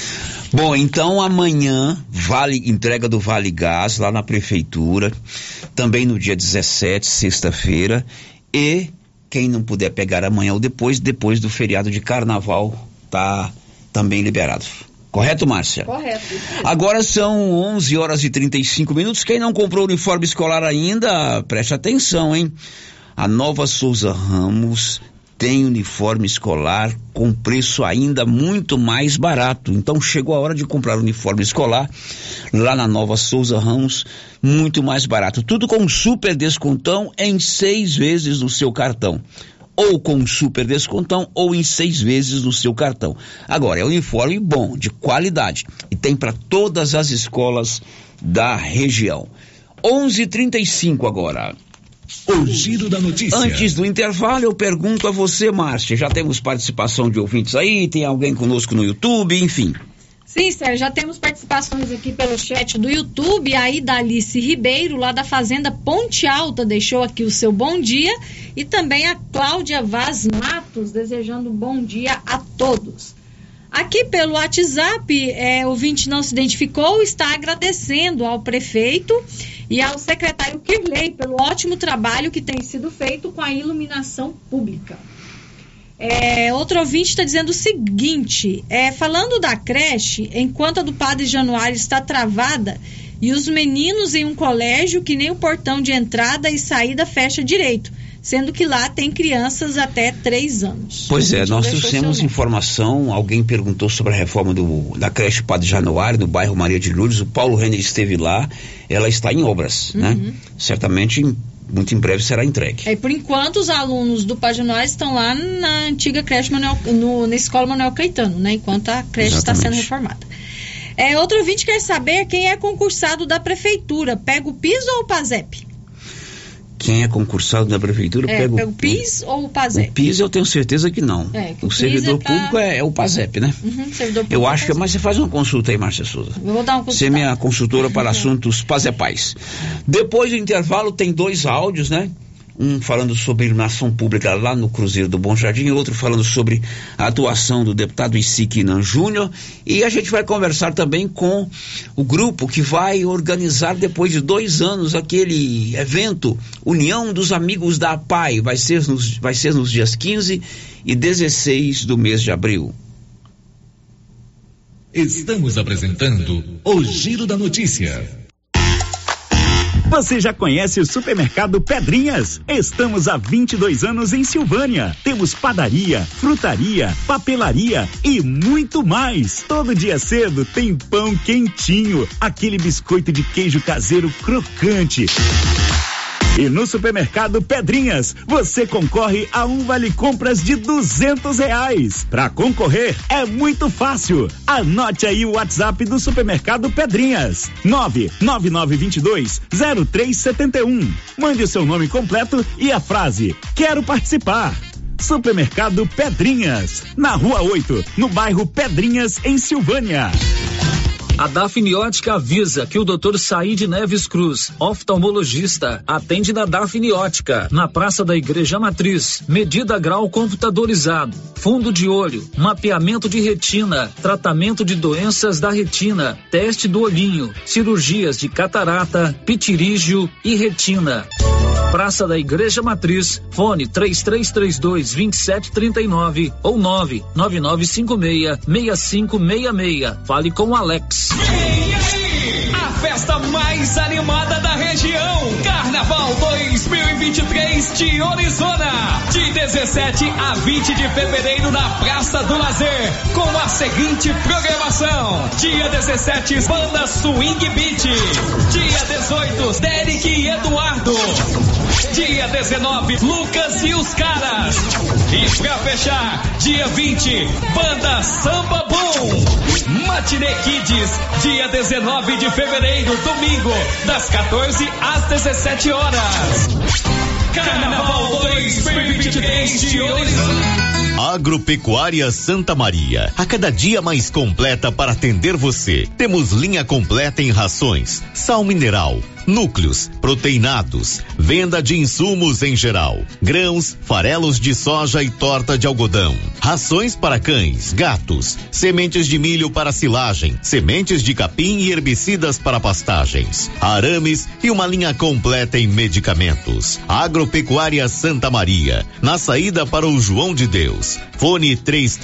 Bom, então amanhã, entrega do Vale Gás lá na Prefeitura. também no dia 17, sexta-feira, e quem não puder pegar amanhã ou depois do feriado de carnaval, tá também liberado. Correto, Márcia? Correto. Agora são 11h35. Quem não comprou o uniforme escolar ainda, preste atenção, hein? A Nova Souza Ramos tem uniforme escolar com preço ainda muito mais barato. Então chegou a hora de comprar uniforme escolar lá na Nova Souza Ramos, muito mais barato. Tudo com super descontão em 6 vezes no seu cartão. Ou com super descontão ou em 6 vezes no seu cartão. Agora, é uniforme bom, de qualidade. E tem para todas as escolas da região. 11h35 agora. O Giro da Notícia. Antes do intervalo, eu pergunto a você, Márcia, já temos participação de ouvintes aí, tem alguém conosco no YouTube, enfim. Sim, Sérgio, já temos participações aqui pelo chat do YouTube, aí da Alice Ribeiro, lá da Fazenda Ponte Alta, deixou aqui o seu bom dia, e também a Cláudia Vaz Matos, desejando um bom dia a todos. Aqui pelo WhatsApp, o ouvinte não se identificou, está agradecendo ao prefeito e ao secretário Kirley pelo ótimo trabalho que tem sido feito com a iluminação pública. Outro ouvinte está dizendo o seguinte, falando da creche, enquanto a do Padre Januário está travada e os meninos em um colégio que nem o portão de entrada e saída fecha direito, sendo que lá tem crianças até 3 anos. Pois é, nós trouxemos informação, alguém perguntou sobre a reforma da creche Padre Januário, no bairro Maria de Lourdes, o Paulo Renner esteve lá, ela está em obras, né? Certamente muito em breve será entregue. Por enquanto os alunos do Padre Januário estão lá na antiga creche na escola Manuel Caetano, né? Enquanto a creche está sendo reformada. Outro ouvinte quer saber quem é concursado da prefeitura, pega o PIS ou o PASEP? Quem é concursado da prefeitura pega o PIS ou o PASEP? O PIS eu tenho certeza que não. O servidor público é o PASEP, né? Eu acho que mas você faz uma consulta aí, Márcia Souza. Eu vou dar uma consulta. Você é minha consultora para assuntos PASEPais. Depois do intervalo tem 2 áudios, né? Um falando sobre iluminação pública lá no Cruzeiro do Bom Jardim, outro falando sobre a atuação do deputado Isiquinan Júnior, e a gente vai conversar também com o grupo que vai organizar depois de 2 anos aquele evento União dos Amigos da APAI, vai ser nos dias 15 e 16 do mês de abril. Estamos apresentando o Giro da Notícia. Você já conhece o Supermercado Pedrinhas? Estamos há 22 anos em Silvânia. Temos padaria, frutaria, papelaria e muito mais. Todo dia cedo tem pão quentinho, aquele biscoito de queijo caseiro crocante. E no Supermercado Pedrinhas, você concorre a um vale-compras de R$200. Para concorrer, é muito fácil. Anote aí o WhatsApp do Supermercado Pedrinhas, 99922-0371. Mande o seu nome completo e a frase, quero participar. Supermercado Pedrinhas, na Rua 8, no bairro Pedrinhas, em Silvânia. A Dafniótica avisa que o Dr. Saíde Neves Cruz, oftalmologista, atende na Dafniótica, na Praça da Igreja Matriz. Medida grau computadorizado, fundo de olho, mapeamento de retina, tratamento de doenças da retina, teste do olhinho, cirurgias de catarata, pitirígio e retina. Praça da Igreja Matriz, fone 3332-2739 ou 99956-6566. Fale com o Alex. A festa mais animada da região, Carnaval 2023 de Orizona, de 17 a 20 de fevereiro na Praça do Lazer, com a seguinte programação: dia 17, banda Swing Beat, dia 18, Derek e Eduardo, dia 19, Lucas e os Caras, e pra fechar, dia 20, banda Samba Boom, Matinê Kids, dia 19 de fevereiro, domingo, das 14 às 17 horas. Carnaval 2023 de Orizona. Agropecuária Santa Maria, a cada dia mais completa para atender você. Temos linha completa em rações, sal mineral, núcleos, proteinados, venda de insumos em geral, grãos, farelos de soja e torta de algodão, rações para cães, gatos, sementes de milho para silagem, sementes de capim e herbicidas para pastagens, arames e uma linha completa em medicamentos. Agropecuária Santa Maria, na saída para o João de Deus. Fone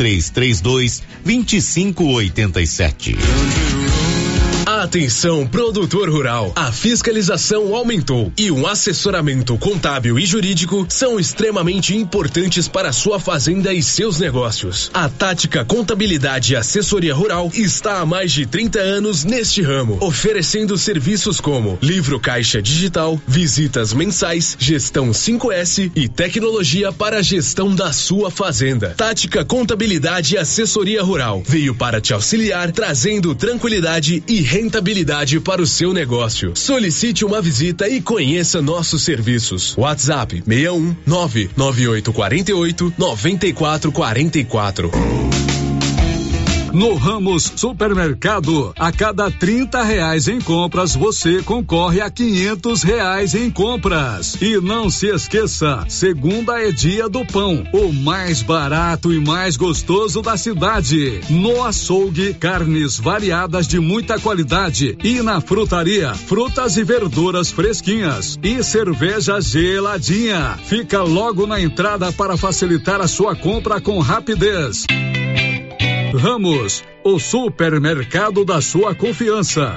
3332-2587. Atenção, produtor rural. A fiscalização aumentou e um assessoramento contábil e jurídico são extremamente importantes para a sua fazenda e seus negócios. A Tática Contabilidade e Assessoria Rural está há mais de 30 anos neste ramo, oferecendo serviços como livro caixa digital, visitas mensais, gestão 5S e tecnologia para a gestão da sua fazenda. Tática Contabilidade e Assessoria Rural veio para te auxiliar, trazendo tranquilidade e rentabilidade para o seu negócio. Solicite uma visita e conheça nossos serviços. WhatsApp 61 99848 9444. No Ramos Supermercado, a cada R$30 em compras, você concorre a R$500 em compras. E não se esqueça, segunda é dia do pão, o mais barato e mais gostoso da cidade. No açougue, carnes variadas de muita qualidade. E na frutaria, frutas e verduras fresquinhas. E cerveja geladinha. Fica logo na entrada para facilitar a sua compra com rapidez. Ramos, o supermercado da sua confiança.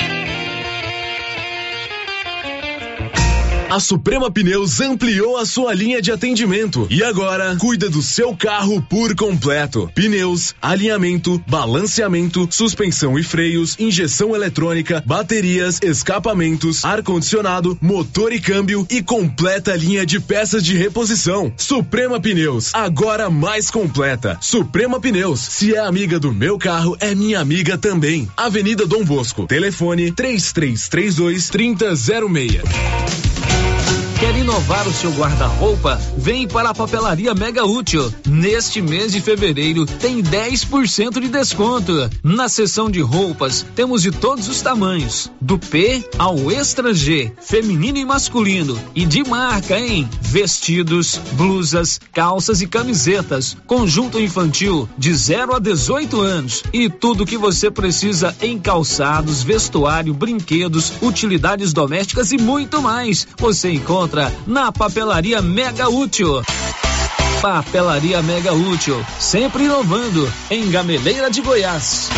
A Suprema Pneus ampliou a sua linha de atendimento e agora cuida do seu carro por completo. Pneus, alinhamento, balanceamento, suspensão e freios, injeção eletrônica, baterias, escapamentos, ar-condicionado, motor e câmbio e completa linha de peças de reposição. Suprema Pneus, agora mais completa. Suprema Pneus, se é amiga do meu carro, é minha amiga também. Avenida Dom Bosco, telefone 3332-3006. Quer inovar o seu guarda-roupa? Vem para a Papelaria Mega Útil. Neste mês de fevereiro tem 10% de desconto. Na seção de roupas temos de todos os tamanhos, do P ao Extra G, feminino e masculino, e de marca, hein? Vestidos, blusas, calças e camisetas, conjunto infantil de 0 a 18 anos e tudo que você precisa em calçados, vestuário, brinquedos, utilidades domésticas e muito mais. Você encontra na Papelaria Mega Útil. Papelaria Mega Útil, sempre inovando, em Gameleira de Goiás.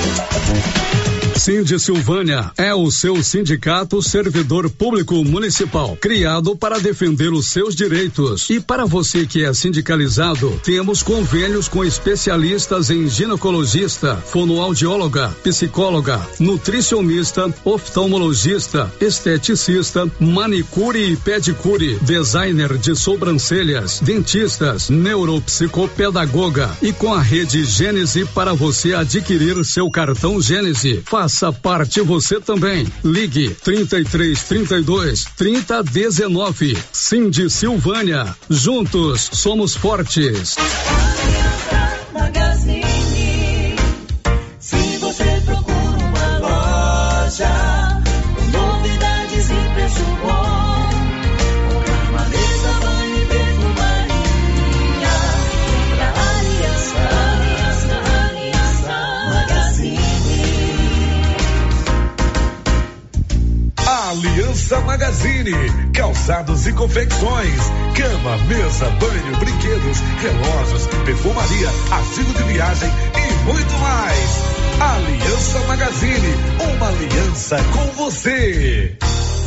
Sindi Silvânia é o seu sindicato servidor público municipal, criado para defender os seus direitos. E para você que é sindicalizado, temos convênios com especialistas em ginecologista, fonoaudióloga, psicóloga, nutricionista, oftalmologista, esteticista, manicure e pedicure, designer de sobrancelhas, dentistas, neuropsicopedagoga e com a rede Gênese para você adquirir seu cartão Gênese. Faça parte você também. Ligue 3332-3019. Sindi Silvânia. Juntos somos fortes. Se você procura uma loja, novidades e preço bom, uma mesa, banho e perfumaria, pra Aliança Magazine. Aliança Magazine, calçados e confecções, cama, mesa, banho, brinquedos, relógios, perfumaria, artigo de viagem e muito mais. Aliança Magazine, uma aliança com você.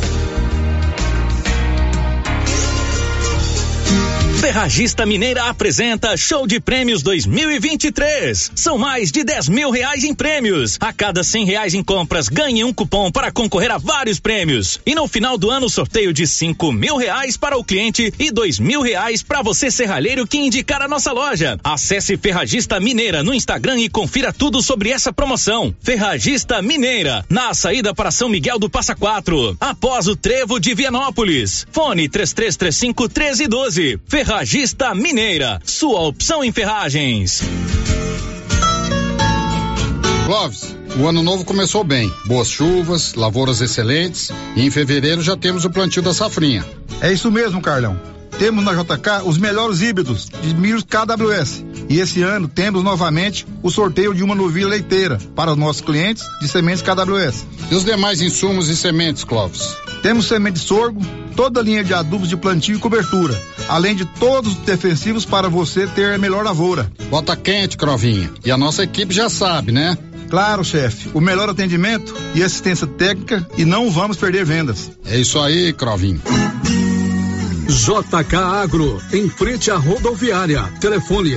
Ferragista Mineira apresenta Show de Prêmios 2023. São mais de R$10 mil em prêmios. A cada R$100 em compras, ganhe um cupom para concorrer a vários prêmios. E no final do ano, sorteio de R$5 mil para o cliente e R$2 mil para você serralheiro que indicar a nossa loja. Acesse Ferragista Mineira no Instagram e confira tudo sobre essa promoção. Ferragista Mineira, na saída para São Miguel do Passa Quatro, após o Trevo de Vianópolis. Fone 3335-1312. Ferragista Mineira, sua opção em ferragens. Clóvis, O ano novo começou bem, boas chuvas, lavouras excelentes e em fevereiro já temos o plantio da safrinha. É isso mesmo, Carlão. Temos na JK os melhores híbridos de milho KWS. E esse ano temos novamente o sorteio de uma novilha leiteira para os nossos clientes de sementes KWS. E os demais insumos e sementes, Clóvis? Temos semente de sorgo, toda a linha de adubos de plantio e cobertura, além de todos os defensivos para você ter a melhor lavoura. Bota quente, Crovinha. E a nossa equipe já sabe, né? Claro, chefe. O melhor atendimento e assistência técnica e não vamos perder vendas. É isso aí, Crovinha. JK Agro, em frente à rodoviária. Telefone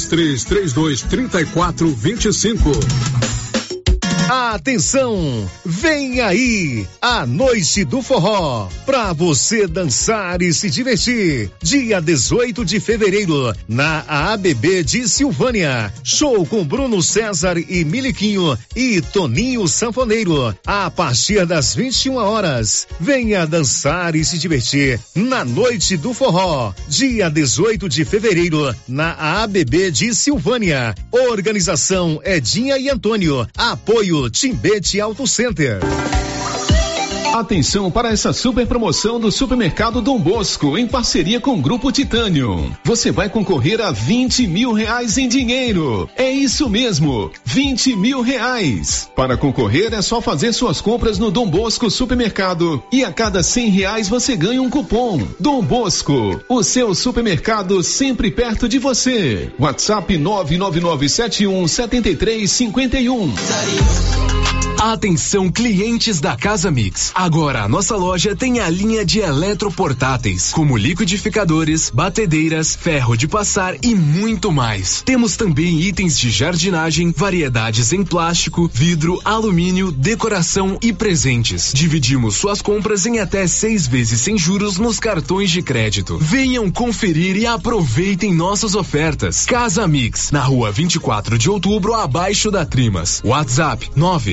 3332-3425. Atenção, vem aí a Noite do Forró, pra você dançar e se divertir. Dia 18 de fevereiro, na ABB de Silvânia. Show com Bruno César e Miliquinho e Toninho Sanfoneiro, a partir das 21 horas. Venha dançar e se divertir na Noite do Forró, dia 18 de fevereiro, na ABB de Silvânia. Organização Edinha e Antônio. Apoio Timbete Auto Center. Atenção para essa super promoção do Supermercado Dom Bosco, em parceria com o Grupo Titânio. Você vai concorrer a R$20 mil em dinheiro. É isso mesmo, R$20 mil. Para concorrer é só fazer suas compras no Dom Bosco Supermercado e a cada R$100 você ganha um cupom. Dom Bosco, o seu supermercado sempre perto de você. WhatsApp 999717351. Atenção, clientes da Casa Mix. Agora a nossa loja tem a linha de eletroportáteis, como liquidificadores, batedeiras, ferro de passar e muito mais. Temos também itens de jardinagem, variedades em plástico, vidro, alumínio, decoração e presentes. Dividimos suas compras em até 6 vezes sem juros nos cartões de crédito. Venham conferir e aproveitem nossas ofertas. Casa Mix, na rua 24 de outubro, abaixo da Trimas. WhatsApp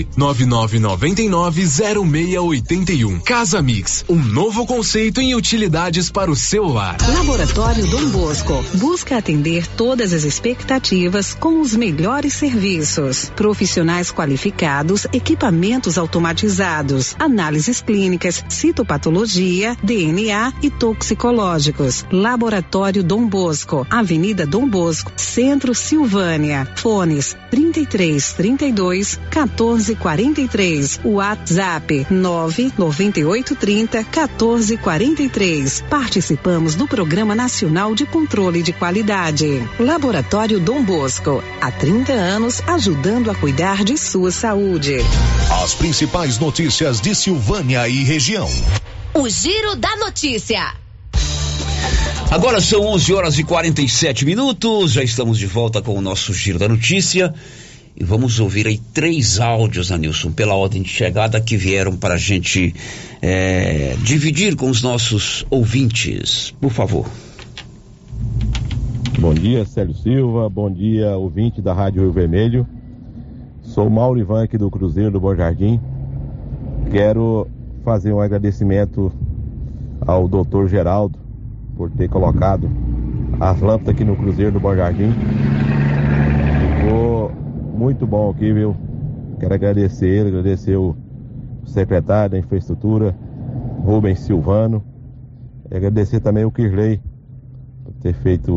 999990681. Casa Mix, um novo conceito em utilidades para o celular. Laboratório Dom Bosco busca atender todas as expectativas com os melhores serviços. Profissionais qualificados, equipamentos automatizados, análises clínicas, citopatologia, DNA e toxicológicos. Laboratório Dom Bosco, Avenida Dom Bosco, Centro, Silvânia. Fones 3332 1443. WhatsApp 99830 1443. Participamos do Programa Nacional de Controle de Qualidade. Laboratório Dom Bosco, há 30 anos ajudando a cuidar de sua saúde. As principais notícias de Silvânia e região. O Giro da Notícia. Agora são 11h47, já estamos de volta com o nosso Giro da Notícia e vamos ouvir aí 3 áudios, Anilson, pela ordem de chegada que vieram para a gente dividir com os nossos ouvintes, por favor. Bom dia, Célio Silva, bom dia, ouvinte da Rádio Rio Vermelho, sou o Mauro Ivan aqui do Cruzeiro do Bom Jardim, quero fazer um agradecimento ao doutor Geraldo por ter colocado as lâmpadas aqui no Cruzeiro do Bom Jardim. Ficou muito bom aqui, viu? Quero agradecer ele, agradecer o secretário da Infraestrutura, Rubens Silvano, e agradecer também o Kirley por ter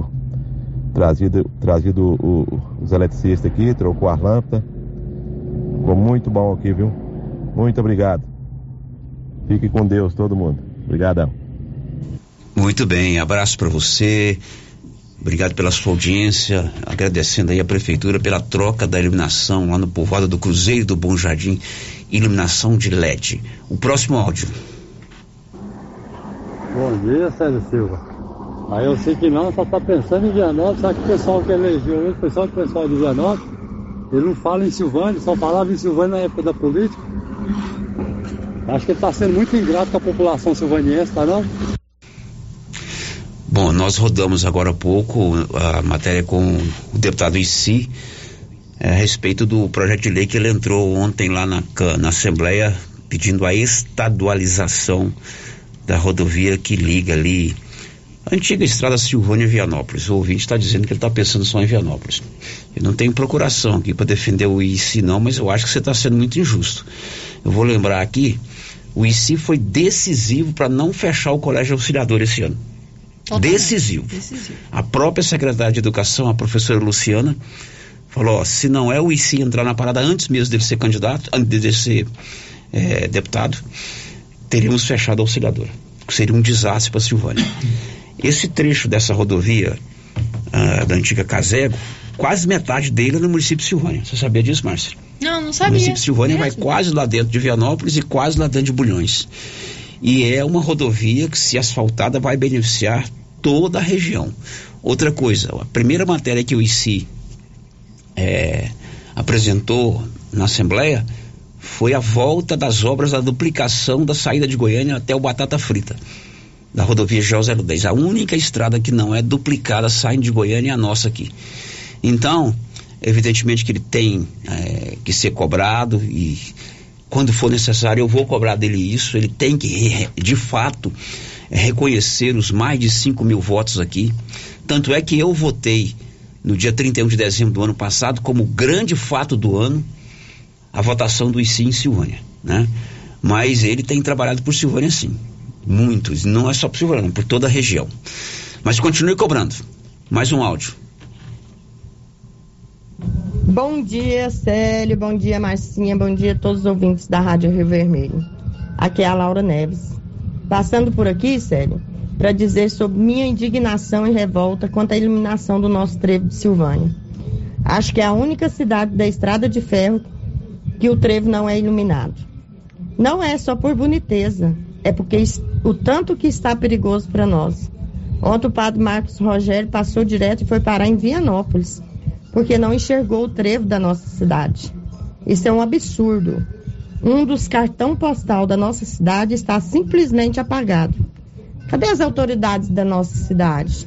trazido os eletricistas aqui, trocou as lâmpadas. Ficou muito bom aqui, viu? Muito obrigado. Fique com Deus, todo mundo. Obrigadão. Muito bem, abraço para você, obrigado pela sua audiência, agradecendo aí a Prefeitura pela troca da iluminação lá no povoado do Cruzeiro do Bom Jardim, iluminação de LED. O próximo áudio. Bom dia, Célio Silva. Aí eu sei que não, só tá pensando em Vianópolis, só que o pessoal que elegeu hoje, o pessoal de Vianópolis, ele não fala em Silvânia, só falava em Silvânia na época da política. Acho que ele tá sendo muito ingrato com a população silvaniense, tá não? Bom, nós rodamos agora há pouco a matéria com o deputado Issi a respeito do projeto de lei que ele entrou ontem lá na Assembleia pedindo a estadualização da rodovia que liga ali A antiga estrada Silvânia-Vianópolis. O ouvinte está dizendo que ele está pensando só em Vianópolis. Eu não tenho procuração aqui para defender o IC não, mas eu acho que você está sendo muito injusto. Eu vou lembrar aqui, o IC foi decisivo para não fechar o Colégio Auxiliador esse ano. Decisivo. A própria secretária de Educação, a professora Luciana, falou, ó, se não é o IC entrar na parada antes mesmo dele ser candidato, antes dele ser deputado, teríamos fechado a Auxiliadora. Seria um desastre para Silvânia. Esse trecho dessa rodovia da antiga Casego, quase metade dele é no município de Silvânia. Você sabia disso, Márcia? Não sabia. O município de Silvânia vai quase lá dentro de Vianópolis e quase lá dentro de Bulhões. E é uma rodovia que, se asfaltada, vai beneficiar toda a região. Outra coisa, a primeira matéria que o IC apresentou na Assembleia foi a volta das obras da duplicação da saída de Goiânia até o Batata Frita, da rodovia GO-010. A única estrada que não é duplicada saindo de Goiânia é a nossa aqui. Então, evidentemente que ele tem que ser cobrado, e quando for necessário eu vou cobrar dele isso. Ele tem que, de fato, reconhecer os mais de 5 mil votos aqui. Tanto é que eu votei no dia 31 de dezembro do ano passado como grande fato do ano a votação do IC em Silvânia, né? Mas ele tem trabalhado por Silvânia, sim. Muitos, não é só por Silvânia, por toda a região. Mas continue cobrando. Mais um áudio. Bom dia, Célio, bom dia, Marcinha, bom dia a todos os ouvintes da Rádio Rio Vermelho. Aqui é a Laura Neves. Passando por aqui, Célio, para dizer sobre minha indignação e revolta quanto à iluminação do nosso trevo de Silvânia. Acho que é a única cidade da Estrada de Ferro que o trevo não é iluminado. Não é só por boniteza, é porque o tanto que está perigoso para nós. Ontem o padre Marcos Rogério passou direto e foi parar em Vianópolis, porque não enxergou o trevo da nossa cidade. Isso é um absurdo. Um dos cartões postal da nossa cidade está simplesmente apagado. Cadê as autoridades da nossa cidade?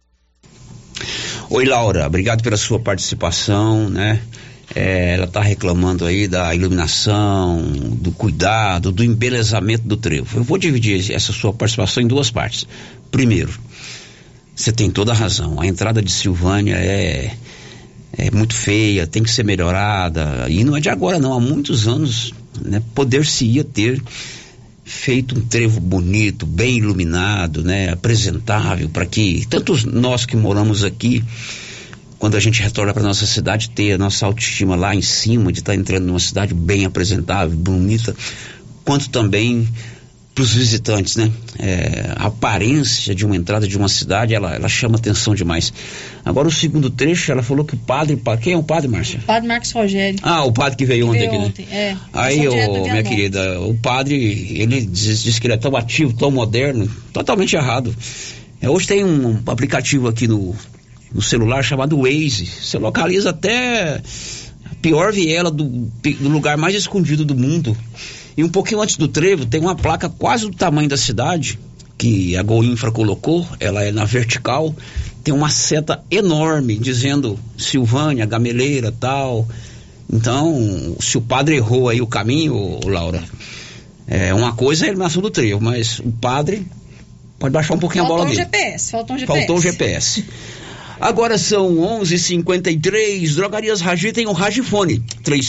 Oi, Laura, obrigado pela sua participação, né? Ela está reclamando aí da iluminação, do cuidado, do embelezamento do trevo. Eu vou dividir essa sua participação em duas partes. Primeiro, você tem toda a razão. A entrada de Silvânia é muito feia, tem que ser melhorada. E não é de agora, não. Há muitos anos, né, poder-se-ia ter feito um trevo bonito, bem iluminado, né, apresentável, para que tanto nós que moramos aqui, quando a gente retorna para nossa cidade, ter a nossa autoestima lá em cima, de estar entrando numa cidade bem apresentável, bonita, quanto também para os visitantes, né? A aparência de uma entrada de uma cidade, ela chama atenção demais. Agora, o segundo trecho, ela falou que o padre... Quem é o padre, Márcia? Padre Marcos Rogério. Ah, o padre que veio ontem aqui, né? Aí, minha querida, o padre, ele diz que ele é tão ativo, tão moderno, totalmente errado. Hoje tem um aplicativo aqui no celular chamado Waze. Você localiza até a pior viela do lugar mais escondido do mundo. E um pouquinho antes do trevo tem uma placa quase do tamanho da cidade, que a Goinfra colocou. Ela é na vertical, tem uma seta enorme dizendo Silvânia, Gameleira, tal. Então, se o padre errou aí o caminho, Laura, uma coisa é a iluminação do trevo, mas o padre pode baixar um pouquinho a bola dele. Faltou o GPS. Agora são 11h53, Drogarias Ragi tem um Ragifone,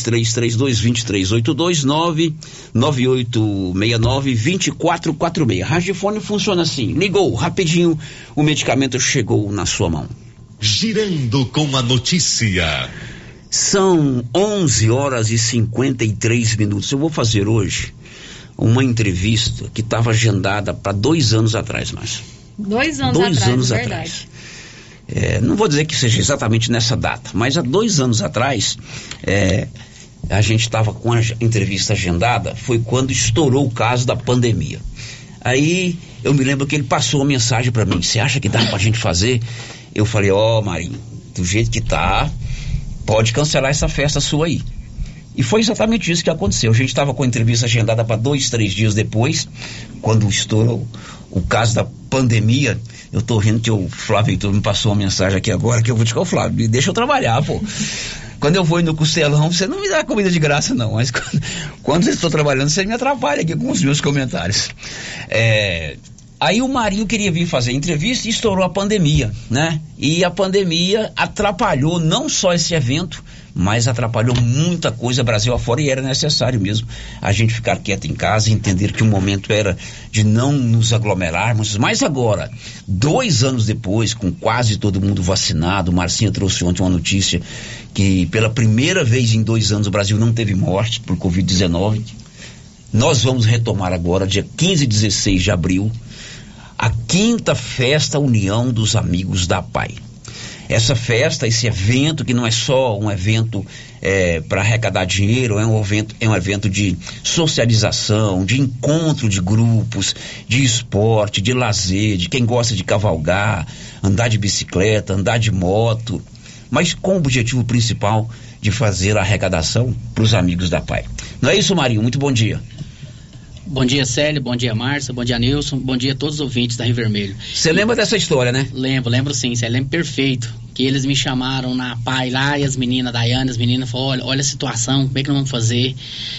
3332-2382, 99869-2446. Ragifone funciona assim, ligou, rapidinho, o medicamento chegou na sua mão. Girando com a notícia. São 11h53. Eu vou fazer hoje uma entrevista que estava agendada para 2 anos atrás, Márcio. 2 anos atrás. Não vou dizer que seja exatamente nessa data, mas há 2 anos atrás, a gente estava com a entrevista agendada, foi quando estourou o caso da pandemia. Aí eu me lembro que ele passou uma mensagem para mim: você acha que dá pra gente fazer? Eu falei: Marinho, do jeito que tá, pode cancelar essa festa sua aí. E foi exatamente isso que aconteceu. A gente estava com a entrevista agendada para 2, 3 dias depois, quando estourou o caso da pandemia. Eu tô rindo que o Flávio Heitor me passou uma mensagem aqui agora, que eu vou te falar: Flávio, deixa eu trabalhar, pô. Quando eu vou ir no Costelão, você não me dá comida de graça, não. Mas quando eu estou trabalhando, você me atrapalha aqui com os meus comentários. Aí o Marinho queria vir fazer entrevista e estourou a pandemia, né? E a pandemia atrapalhou não só esse evento, mas atrapalhou muita coisa Brasil afora, e era necessário mesmo a gente ficar quieto em casa e entender que o momento era de não nos aglomerarmos. Mas agora, 2 anos depois, com quase todo mundo vacinado, o Marcinha trouxe ontem uma notícia que pela primeira vez em 2 anos o Brasil não teve morte por Covid-19. Nós vamos retomar agora, dia 15 e 16 de abril, a 5ª Festa União dos Amigos da PAI. Essa festa, esse evento, que não é só um evento para arrecadar dinheiro, é um evento de socialização, de encontro de grupos, de esporte, de lazer, de quem gosta de cavalgar, andar de bicicleta, andar de moto, mas com o objetivo principal de fazer a arrecadação para os amigos da PAI. Não é isso, Marinho? Muito bom dia. Bom dia, Célio, bom dia, Márcia, bom dia, Nilson, bom dia a todos os ouvintes da Rio Vermelho. Você lembra dessa história, né? Lembro sim, Célio, lembro perfeito, que eles me chamaram na PAI lá, e as meninas, Daiane, as meninas falaram, olha a situação, como é que nós vamos fazer,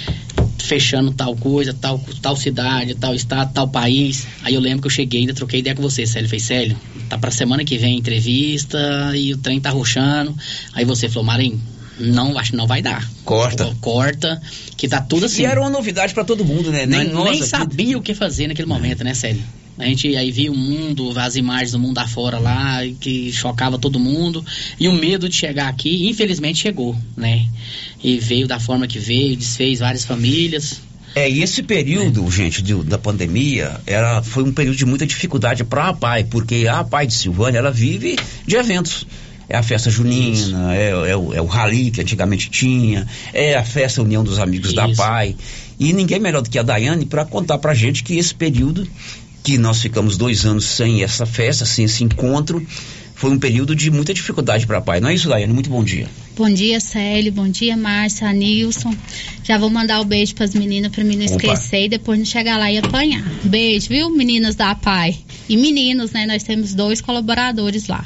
fechando tal coisa, tal cidade, tal estado, tal país. Aí eu lembro que eu cheguei, ainda troquei ideia com você, Célio, falei, Célio, tá pra semana que vem entrevista, e o trem tá roxando. Aí você falou, Marinho, não, acho que não vai dar. Corta, que tá tudo assim. E era uma novidade pra todo mundo, né? Nem sabia o que fazer naquele momento, né, Célio? A gente aí via o mundo, as imagens do mundo afora lá, que chocava todo mundo. E o medo de chegar aqui, infelizmente chegou, né? E veio da forma que veio, desfez várias famílias. E esse período, gente, da pandemia, foi um período de muita dificuldade pra PAI, porque a PAI de Silvânia, ela vive de eventos. É a festa junina, é o rally que antigamente tinha, é a festa União dos Amigos da PAI. E ninguém melhor do que a Daiane para contar pra gente que esse período, que nós ficamos 2 anos sem essa festa, sem esse encontro, foi um período de muita dificuldade para a PAI. Não é isso, Daiane? Muito bom dia. Bom dia, Célio. Bom dia, Márcia, Nilson. Já vou mandar o beijo para as meninas para mim não esquecer e depois não chegar lá e apanhar. Beijo, viu, meninas da PAI? E meninos, né? Nós temos 2 colaboradores lá.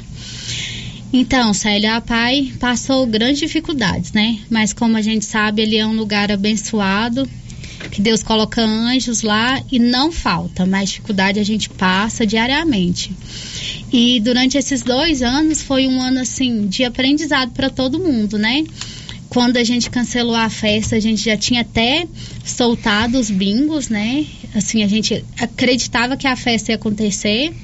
Então, Célio, a PAI passou grandes dificuldades, né? Mas como a gente sabe, ele é um lugar abençoado, que Deus coloca anjos lá e não falta, mas dificuldade a gente passa diariamente. E durante esses 2 anos foi um ano, assim, de aprendizado para todo mundo, né? Quando a gente cancelou a festa, a gente já tinha até soltado os bingos, né? Assim, a gente acreditava que a festa ia acontecer,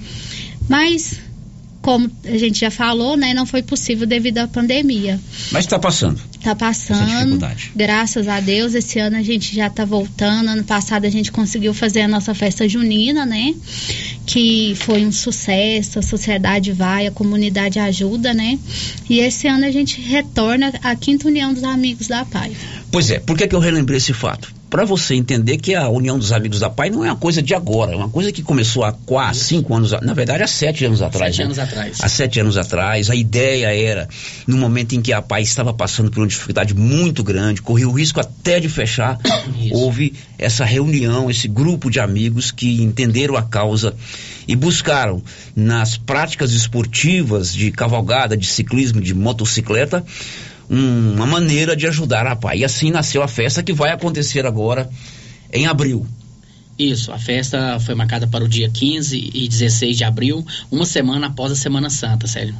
mas como a gente já falou, né, não foi possível devido à pandemia. Mas está passando. Está passando, graças a Deus. Esse ano a gente já está voltando. Ano passado a gente conseguiu fazer a nossa festa junina, né, que foi um sucesso. A sociedade vai, a comunidade ajuda, né, e esse ano a gente retorna à 5ª União dos Amigos da PAI. Pois é, por que eu relembrei esse fato? Para você entender que a União dos Amigos da PAI não é uma coisa de agora, é uma coisa que começou há 5 anos, na verdade há 7 anos atrás. 7 anos atrás. Há 7 anos atrás, a ideia era, no momento em que a PAI estava passando por uma dificuldade muito grande, corria o risco até de fechar, houve essa reunião, esse grupo de amigos que entenderam a causa e buscaram nas práticas esportivas de cavalgada, de ciclismo, de motocicleta, uma maneira de ajudar a PAI. E assim nasceu a festa que vai acontecer agora em abril. Isso, a festa foi marcada para o dia 15 e 16 de abril, uma semana após a Semana Santa, Célio.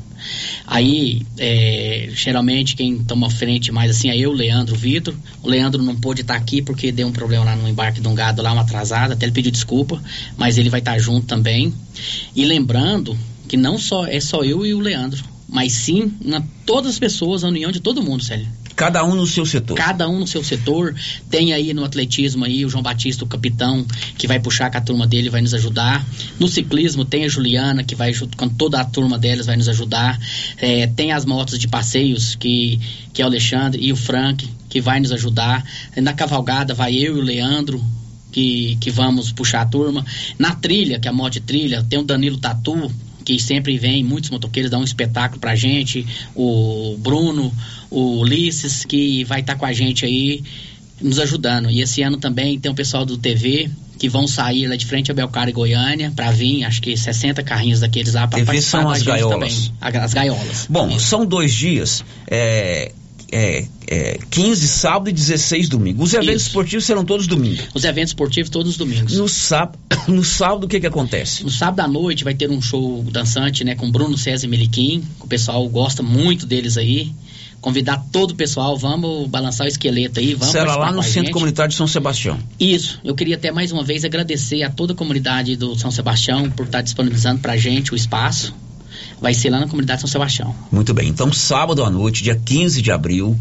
Aí, geralmente quem toma frente mais assim é eu, Leandro, Vitor. O Leandro não pôde estar aqui porque deu um problema lá no embarque de um gado lá, uma atrasada, até ele pediu desculpa, mas ele vai estar junto também. E lembrando que não só eu e o Leandro, mas sim todas as pessoas, a união de todo mundo, Célio. Cada um no seu setor. Cada um no seu setor. Tem aí no atletismo aí o João Batista, o capitão, que vai puxar com a turma dele, vai nos ajudar. No ciclismo tem a Juliana, que vai junto com toda a turma delas, vai nos ajudar. Tem as motos de passeios, que é o Alexandre e o Frank, que vai nos ajudar. Na cavalgada vai eu e o Leandro, que vamos puxar a turma. Na trilha, que é a moto de trilha, tem o Danilo Tatu, que sempre vem, muitos motoqueiros dão um espetáculo pra gente, o Bruno, o Ulisses, que vai estar com a gente aí, nos ajudando. E esse ano também tem o pessoal do TV, que vão sair lá de frente a Belcara e Goiânia, pra vir, acho que 60 carrinhos daqueles lá, pra participar são as gaiolas. Também, as gaiolas. Bom, são 2 dias, 15 sábado e 16 domingo. Os eventos esportivos serão todos domingos. Os eventos esportivos todos os domingos. No sábado o que acontece? No sábado à noite vai ter um show dançante, né, com Bruno César e Meliquim, que o pessoal gosta muito deles aí. Convidar todo o pessoal, vamos balançar o esqueleto aí, vamos será lá no Centro Comunitário de São Sebastião. Isso, eu queria até mais uma vez agradecer a toda a comunidade do São Sebastião por estar disponibilizando pra gente o espaço. Vai ser lá na comunidade São Sebastião. Muito bem, então sábado à noite, dia 15 de abril,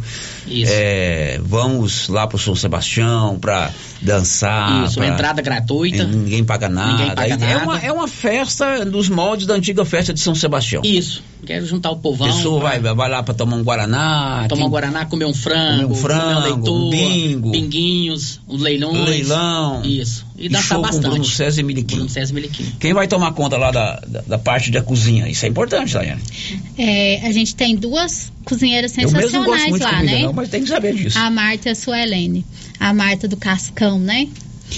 vamos lá pro São Sebastião pra dançar. Isso, entrada gratuita. Ninguém paga nada. Ninguém paga nada. É uma festa dos moldes da antiga festa de São Sebastião. Isso, quero juntar o povão. A pessoa vai lá pra tomar um guaraná. Comer um frango, comer um leitor, bingo, binguinhos, os leilão. Isso. E dançar bastante. Com Bruno César e Meliquim. Quem vai tomar conta lá da parte da cozinha? Isso é importante, Daiane. A gente tem 2 cozinheiras sensacionais eu mesmo gosto muito lá, de comida, né? Não, mas tem que saber disso. A Marta e a Suelene. A Marta do Cascão, né?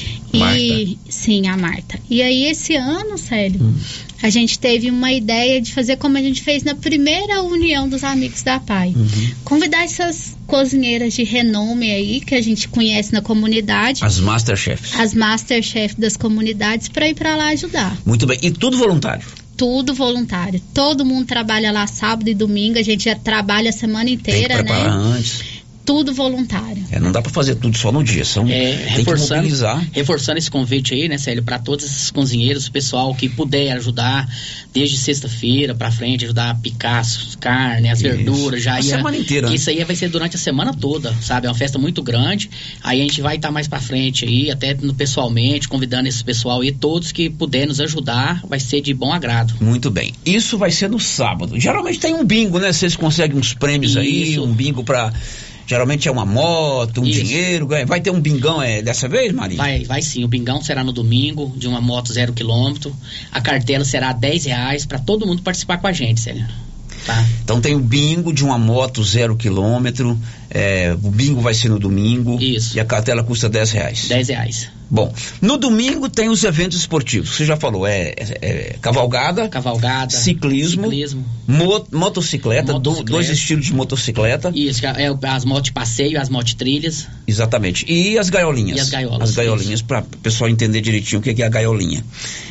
Sim, a Marta. E aí esse ano, Célio, a gente teve uma ideia de fazer como a gente fez na primeira união dos amigos da PAI. Convidar essas cozinheiras de renome aí, que a gente conhece na comunidade. As Masterchefs. As Masterchefs das comunidades, para ir para lá ajudar. Muito bem. E tudo voluntário? Tudo voluntário. Todo mundo trabalha lá sábado e domingo. A gente já trabalha a semana inteira, tem que preparar antes. Tudo voluntário. Não dá para fazer tudo só no dia, tem que mobilizar. Reforçando esse convite aí, né, Célio, para todos esses cozinheiros, o pessoal que puder ajudar, desde sexta-feira para frente, ajudar a picar as carnes, as verduras, a semana inteira. Isso aí vai ser durante a semana toda, sabe? É uma festa muito grande. Aí a gente vai estar mais para frente aí, até pessoalmente, convidando esse pessoal e todos que puderem nos ajudar, vai ser de bom agrado. Muito bem. Isso vai ser no sábado. Geralmente tem um bingo, né? Vocês conseguem uns prêmios aí, um bingo para... Geralmente é uma moto, dinheiro. Vai ter um bingão dessa vez, Marinho? Vai sim. O bingão será no domingo, de uma moto 0 km. A cartela será R$10 para todo mundo participar com a gente, Célio. Tá. Então tem o bingo de uma moto 0 km. O bingo vai ser no domingo. Isso. E a cartela custa R$10. R$10. Bom, no domingo tem os eventos esportivos. Você já falou, cavalgada, ciclismo. Motocicleta, 2 estilos de motocicleta. Isso, as motos de passeio, as motos trilhas. Exatamente. E as gaiolinhas. As gaiolinhas, para o pessoal entender direitinho o que é a gaiolinha.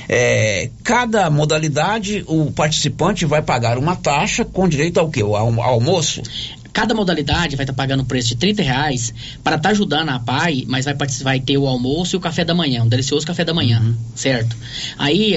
Cada modalidade, o participante vai pagar uma taxa com direito ao quê? Ao almoço? Cada modalidade vai estar pagando o preço de R$30 para estar ajudando a PAI, mas vai ter o almoço e o café da manhã, um delicioso café da manhã, certo? Aí,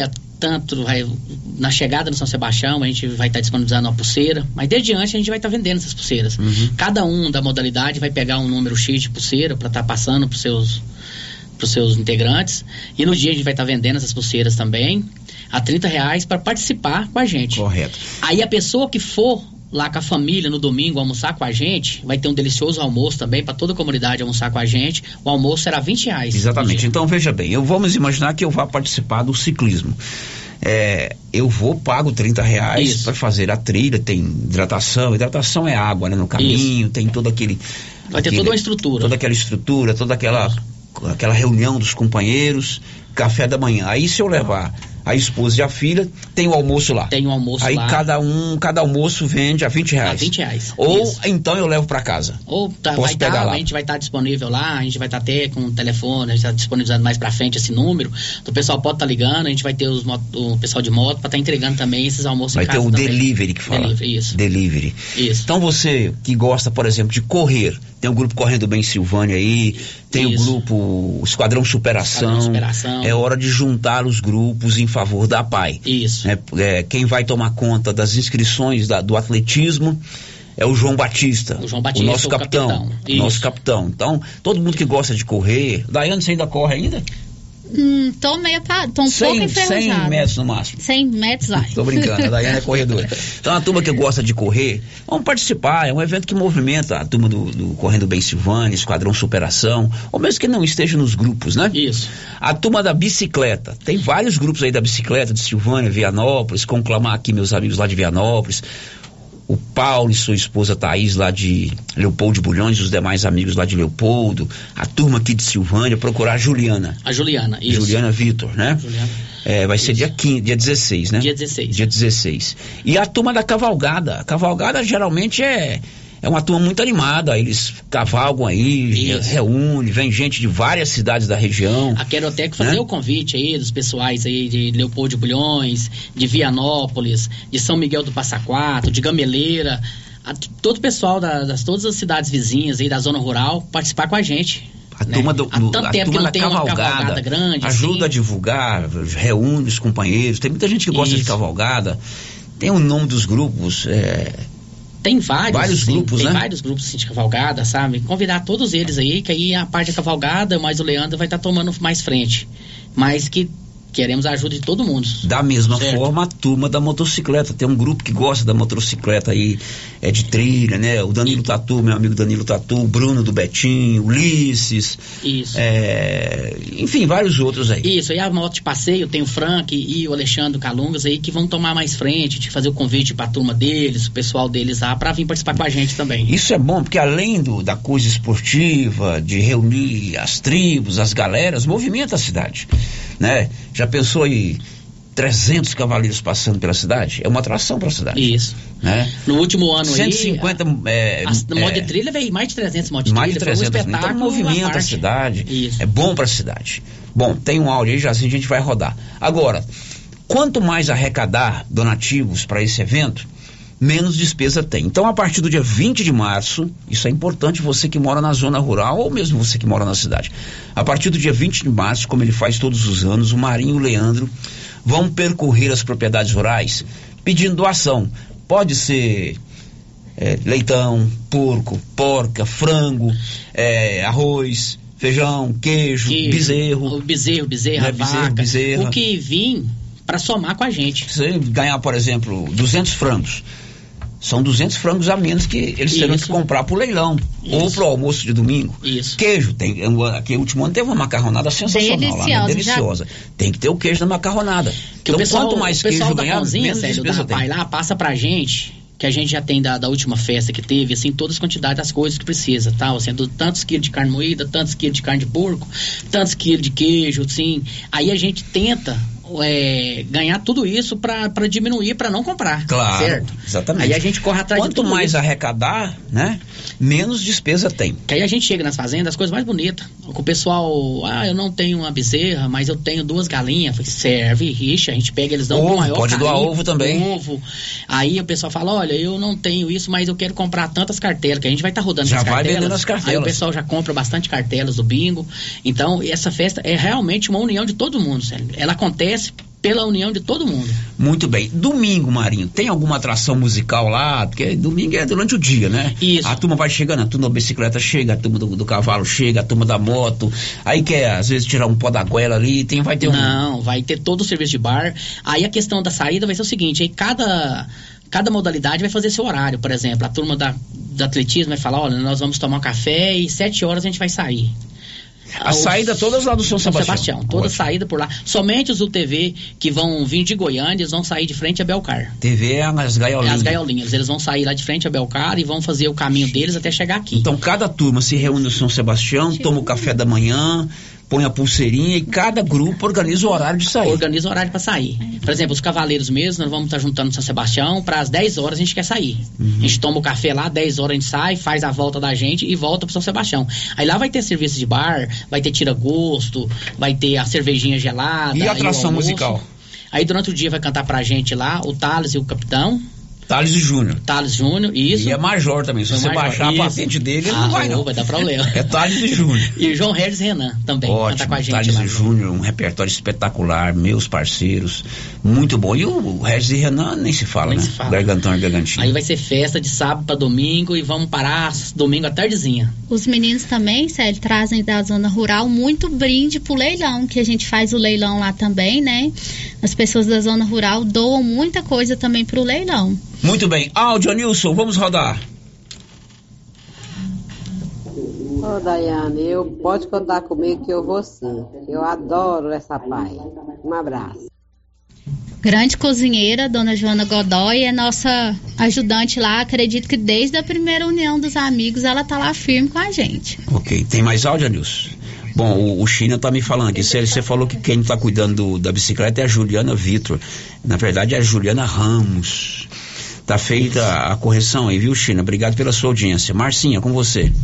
na chegada no São Sebastião, a gente vai estar disponibilizando uma pulseira, mas desde antes a gente vai estar vendendo essas pulseiras. Cada um da modalidade vai pegar um número X de pulseira para estar passando para os seus integrantes, e no dia a gente vai estar vendendo essas pulseiras também a R$30 para participar com a gente. Correto. Aí a pessoa que for lá com a família no domingo almoçar com a gente, vai ter um delicioso almoço também para toda a comunidade almoçar com a gente. O almoço será R$20. Exatamente. Então veja bem, vamos imaginar que eu vá participar do ciclismo. Eu pago R$30 para fazer a trilha, tem hidratação é água, né, no caminho, tem todo aquele... Vai ter toda uma estrutura. Toda aquela estrutura, toda aquela reunião dos companheiros, café da manhã. Aí se eu levar a esposa e a filha, tem o almoço lá. Tem o almoço aí lá. Aí cada almoço vende a R$20. A R$20. Ou isso. Então eu levo para casa. Ou posso pegar lá. A gente vai estar disponível lá, a gente vai estar até com o telefone, a gente está disponibilizando mais para frente esse número. Então o pessoal pode estar ligando, a gente vai ter o pessoal de moto para estar entregando também esses almoços vai em casa. Vai ter o também. delivery que fala. Delivery. Isso. Então você que gosta, por exemplo, de correr, tem o grupo Correndo Bem Silvânia aí, tem o grupo Esquadrão Superação. É hora de juntar os grupos em favor da PAI. Isso. Quem vai tomar conta das inscrições do atletismo é o João Batista. O nosso capitão. Nosso capitão. Então, todo mundo que gosta de correr. Daiane, você ainda corre ainda? Tô um pouco enferrujada. 100 metros no máximo. 100 metros vai. Tô brincando, a Daiane é corredora. Então a turma que gosta de correr, vamos participar, é um evento que movimenta a turma do Correndo Bem Silvânia, Esquadrão Superação, ou mesmo que não esteja nos grupos, né? Isso. A turma da bicicleta, tem vários grupos aí da bicicleta, de Silvânia, Vianópolis, conclamar aqui meus amigos lá de Vianópolis, o Paulo e sua esposa Thaís lá de Leopoldo de Bulhões, os demais amigos lá de Leopoldo, a turma aqui de Silvânia, procurar a Juliana. A Juliana, isso. Juliana Vitor, né? Juliana. Vai ser dia 16, né? Dia 16. Dia 16. E a turma da cavalgada. A cavalgada geralmente é uma turma muito animada, eles cavalgam aí, reúne, vem gente de várias cidades da região. Quero até fazer o convite aí dos pessoais aí de Leopoldo de Bulhões, de Vianópolis, de São Miguel do Passa Quatro, de Gameleira, todo o pessoal todas as cidades vizinhas aí da zona rural participar com a gente. A turma da cavalgada grande, ajuda a divulgar, reúne os companheiros. Tem muita gente que gosta de cavalgada. Tem o nome dos grupos. Tem vários grupos, né? Tem vários grupos assim, de cavalgada, sabe? Convidar todos eles aí, que aí a parte da cavalgada, mais o Leandro vai estar tomando mais frente. Mas que queremos a ajuda de todo mundo. Da mesma forma, a turma da motocicleta. Tem um grupo que gosta da motocicleta aí, de trilha, né? O Danilo Tatu, meu amigo Danilo Tatu, o Bruno do Betinho, Ulisses. Isso. Enfim, vários outros aí. Isso, aí a moto de passeio, tem o Frank e o Alexandre Calungas aí que vão tomar mais frente, de fazer o convite pra turma deles, o pessoal deles lá, pra vir participar com a gente também. Isso é bom, porque além da coisa esportiva, de reunir as tribos, as galeras, movimenta a cidade, né? Já pensou aí 300 cavaleiros passando pela cidade? É uma atração para a cidade. Isso. Né? No último ano 150 a moto de trilha veio mais de 300 motos de trilha. Mais de 300. Foi um espetáculo, então movimenta a cidade. Isso. É bom para a cidade. Bom, tem um áudio aí, já assim a gente vai rodar. Agora, quanto mais arrecadar donativos para esse evento, menos despesa tem. Então, a partir do dia 20 de março, isso é importante você que mora na zona rural ou mesmo você que mora na cidade. A partir do dia 20 de março, como ele faz todos os anos, o Marinho e o Leandro vão percorrer as propriedades rurais pedindo doação. Pode ser leitão, porco, porca, frango, arroz, feijão, queijo, bezerro. Bezerra, vaca. O que vir para somar com a gente. Você ganhar, por exemplo, 200 frangos. São 200 frangos a menos que eles terão que comprar pro leilão ou pro almoço de domingo. Isso. Queijo, aqui o último ano teve uma macarronada sensacional lá, né? Deliciosa. Tem que ter o queijo na macarronada. Então, quanto mais queijo ganhar, menos despesa tem. Lá passa pra gente, que a gente já tem da última festa que teve, assim, todas as quantidades das coisas que precisa, tá? Assim, tantos quilos de carne moída, tantos quilos de carne de porco, tantos quilos de queijo, assim. Aí a gente tenta ganhar tudo isso para diminuir, para não comprar. Claro, certo? Exatamente. Aí a gente corre atrás de tudo. Quanto mais arrecadar, né? Menos despesa tem. Que aí a gente chega nas fazendas, as coisas mais bonitas. O pessoal, eu não tenho uma bezerra, mas eu tenho 2 galinhas. Serve, rixa, a gente pega, eles dão ovo, um maior pode carinho, doar ovo também. Ovo. Aí o pessoal fala, olha, eu não tenho isso, mas eu quero comprar tantas cartelas, que a gente vai estar rodando já as cartelas. Já vai vendendo as cartelas. Aí o pessoal já compra bastante cartelas do bingo. Então, essa festa é realmente uma união de todo mundo, sério. Ela acontece pela união de todo mundo. Muito bem. Domingo, Marinho, tem alguma atração musical lá? Porque domingo é durante o dia, né? Isso. A turma vai chegando, a turma da bicicleta chega, a turma do cavalo chega, a turma da moto. Aí quer, às vezes, tirar um pó da goela ali, vai ter Não, vai ter todo o serviço de bar. Aí a questão da saída vai ser o seguinte, aí cada modalidade vai fazer seu horário. Por exemplo, a turma do atletismo vai falar, olha, nós vamos tomar um café e 7 horas a gente vai sair. A saída todas lá do São Sebastião. Toda saída por lá. Somente os UTV que vão vir de Goiânia, eles vão sair de frente a Belcar. TV é as gaiolinhas. As gaiolinhas. Eles vão sair lá de frente a Belcar e vão fazer o caminho deles até chegar aqui. Então cada turma se reúne no São Sebastião, toma o café da manhã, põe a pulseirinha e cada grupo organiza o horário de sair. Organiza o horário para sair. Por exemplo, os cavaleiros mesmo, nós vamos estar juntando no São Sebastião, para as 10 horas a gente quer sair. A gente toma o café lá, 10 horas a gente sai, faz a volta da gente e volta pro São Sebastião. Aí lá vai ter serviço de bar, vai ter tira-gosto, vai ter a cervejinha gelada. E a atração musical? Aí durante o dia vai cantar pra gente lá o Thales e o Capitão. Thales e Júnior. Thales Júnior, isso. E é Major também. Se você baixar a patente dele, ele não vai não. Vai dar problema. É Thales e Júnior. E o João Regis Renan também. Ótimo. Canta com a gente Thales lá. e Júnior, um repertório espetacular, meus parceiros, muito bom. E o Regis e Renan nem se fala, né? Gargantão e gargantinho. Aí vai ser festa de sábado pra domingo e vamos parar domingo à tardezinha. Os meninos também, Célio, trazem da zona rural muito brinde pro leilão, que a gente faz o leilão lá também, né? As pessoas da zona rural doam muita coisa também pro leilão. Muito bem. Áudio, Nilson, vamos rodar. Ô, Daiane, pode contar comigo que eu vou sim. Eu adoro essa pai. Um abraço. Grande cozinheira, dona Joana Godoy, é nossa ajudante lá. Acredito que desde a primeira união dos amigos ela tá lá firme com a gente. Ok, tem mais áudio, Nilson? Bom, o China tá me falando aqui, você falou que quem tá cuidando da bicicleta é a Juliana Vitor. Na verdade é a Juliana Ramos. Tá feita a correção aí, viu, China? Obrigado pela sua audiência. Marcinha, com você.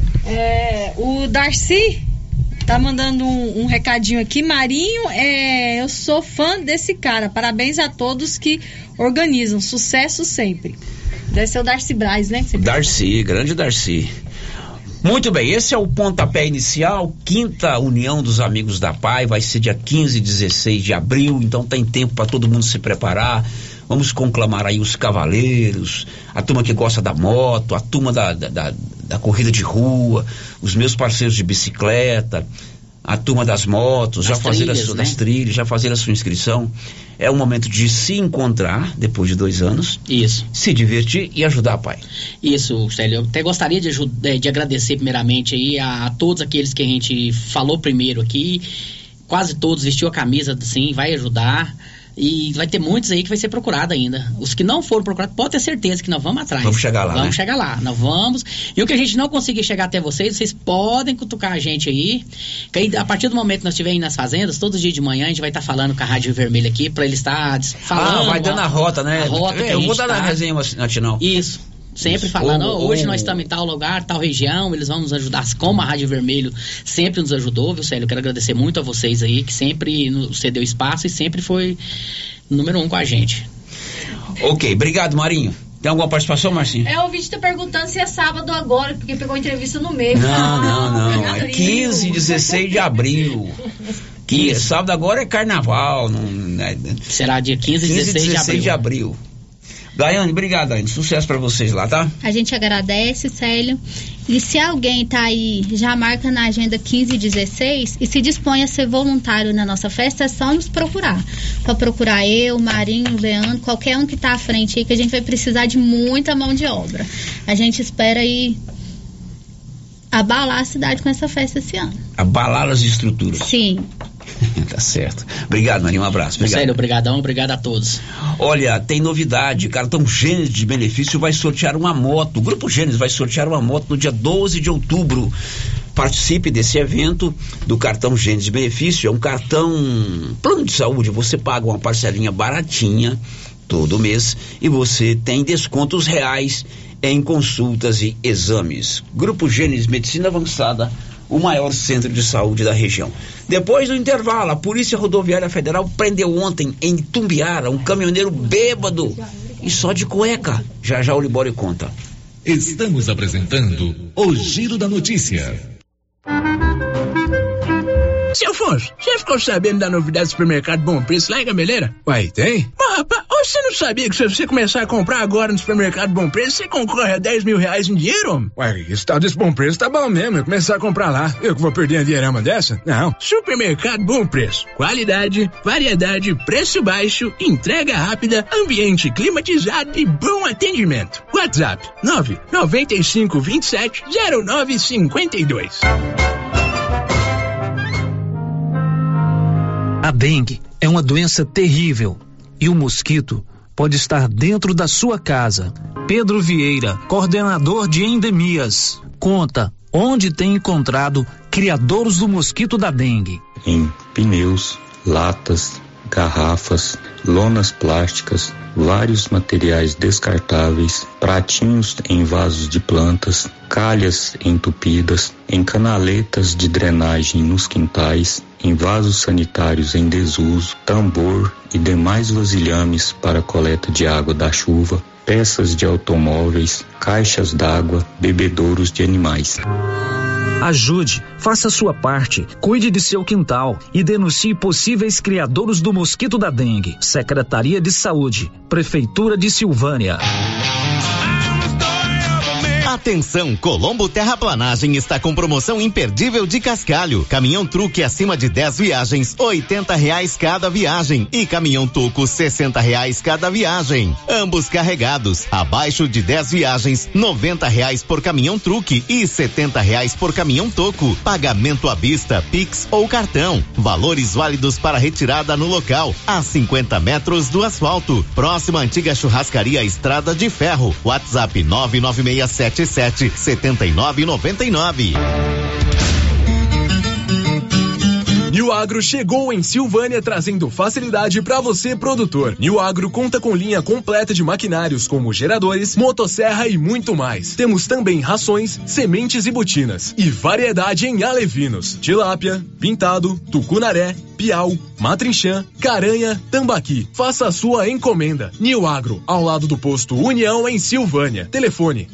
O Darcy tá mandando um recadinho aqui. Marinho, eu sou fã desse cara. Parabéns a todos que organizam. Sucesso sempre. Deve ser o Darcy Braz, né? Darcy, grande Darcy. Muito bem, esse é o pontapé inicial, 5ª União dos Amigos da PAI, vai ser dia 15 e 16 de abril, então tem tempo para todo mundo se preparar. Vamos conclamar aí os cavaleiros, a turma que gosta da moto, a turma da corrida de rua, os meus parceiros de bicicleta, a turma das motos, já fazer das trilhas, já fazer a sua inscrição. É um momento de se encontrar depois de 2 anos. Isso. Se divertir e ajudar a PAI. Isso, Célio. Eu até gostaria de agradecer primeiramente aí a todos aqueles que a gente falou primeiro aqui. Quase todos vestiu a camisa, sim, vai ajudar. E vai ter muitos aí que vai ser procurado ainda. Os que não foram procurados, pode ter certeza que nós vamos atrás. Vamos chegar lá, Vamos chegar lá, nós vamos. E o que a gente não conseguir chegar até vocês podem cutucar a gente aí. Que aí, a partir do momento que nós estivermos nas fazendas, todos os dias de manhã, a gente vai estar falando com a Rádio Vermelha aqui, para ele estar falando. Vai dando a rota, né? A rota eu vou dar na resenha matinal. Isso. Sempre falando, hoje nós estamos em tal lugar, tal região, eles vão nos ajudar, como a Rádio Vermelho sempre nos ajudou, viu, Célio? Eu quero agradecer muito a vocês aí, que sempre nos cedeu espaço e sempre foi número 1 com a gente. Ok, obrigado, Marinho. Tem alguma participação, Marcinho? O vídeo tá perguntando se é sábado agora, porque pegou entrevista no meio. Não. É 15 e 16 de abril. Sábado agora é carnaval. Será dia 15 e 16 de abril. Daiane, obrigado, Daiane. Sucesso pra vocês lá, tá? A gente agradece, Célio. E se alguém tá aí, já marca na agenda 15 e 16 e se dispõe a ser voluntário na nossa festa, é só nos procurar. Pode procurar eu, Marinho, Leandro, qualquer um que tá à frente aí, que a gente vai precisar de muita mão de obra. A gente espera aí abalar a cidade com essa festa esse ano. Abalar as estruturas. Sim. Tá certo. Obrigado, Marinho. Um abraço. Obrigado. Sério, obrigadão, obrigado a todos. Olha, tem novidade. Cartão Gênesis de benefício vai sortear uma moto. O Grupo Gênesis vai sortear uma moto no dia 12 de outubro. Participe desse evento do cartão Gênesis de benefício. É um cartão plano de saúde. Você paga uma parcelinha baratinha todo mês e você tem descontos reais em consultas e exames. Grupo Gênesis Medicina Avançada, o maior centro de saúde da região. Depois do intervalo, a Polícia Rodoviária Federal prendeu ontem em Itumbiara um caminhoneiro bêbado e só de cueca. Já o Libório conta. Estamos apresentando o Giro da Notícia. Seu Afonso, você ficou sabendo da novidade do supermercado Bom Preço lá em Gameleira? Uai, tem? Mas, rapaz, você não sabia que se você começar a comprar agora no supermercado Bom Preço, você concorre a 10 mil reais em dinheiro? Uai, esse tal desse Bom Preço tá bom mesmo, eu começar a comprar lá. Eu que vou perder a dinheirama dessa? Não. Supermercado Bom Preço. Qualidade, variedade, preço baixo, entrega rápida, ambiente climatizado e bom atendimento. WhatsApp 995270952. A dengue é uma doença terrível e o mosquito pode estar dentro da sua casa. Pedro Vieira, coordenador de endemias, conta onde tem encontrado criadouros do mosquito da dengue. Em pneus, latas, garrafas, lonas plásticas, vários materiais descartáveis, pratinhos em vasos de plantas, calhas entupidas, em canaletas de drenagem nos quintais, em vasos sanitários em desuso, tambor e demais vasilhames para coleta de água da chuva, peças de automóveis, caixas d'água, bebedouros de animais. Ajude, faça sua parte, cuide de seu quintal e denuncie possíveis criadouros do mosquito da dengue. Secretaria de Saúde, Prefeitura de Silvânia. Atenção, Colombo Terraplanagem está com promoção imperdível de cascalho. Caminhão truque acima de 10 viagens, R$80 cada viagem. E caminhão toco, R$60 cada viagem. Ambos carregados. Abaixo de 10 viagens, R$90 por caminhão truque e R$70 por caminhão toco. Pagamento à vista, Pix ou cartão. Valores válidos para retirada no local, a 50 metros do asfalto. Próxima antiga churrascaria Estrada de Ferro. WhatsApp 99677-7999. New Agro chegou em Silvânia trazendo facilidade para você, produtor. New Agro conta com linha completa de maquinários como geradores, motosserra e muito mais. Temos também rações, sementes e botinas. E variedade em alevinos, tilápia, pintado, tucunaré, piau, matrinchã, caranha, tambaqui. Faça a sua encomenda. New Agro, ao lado do posto União em Silvânia. Telefone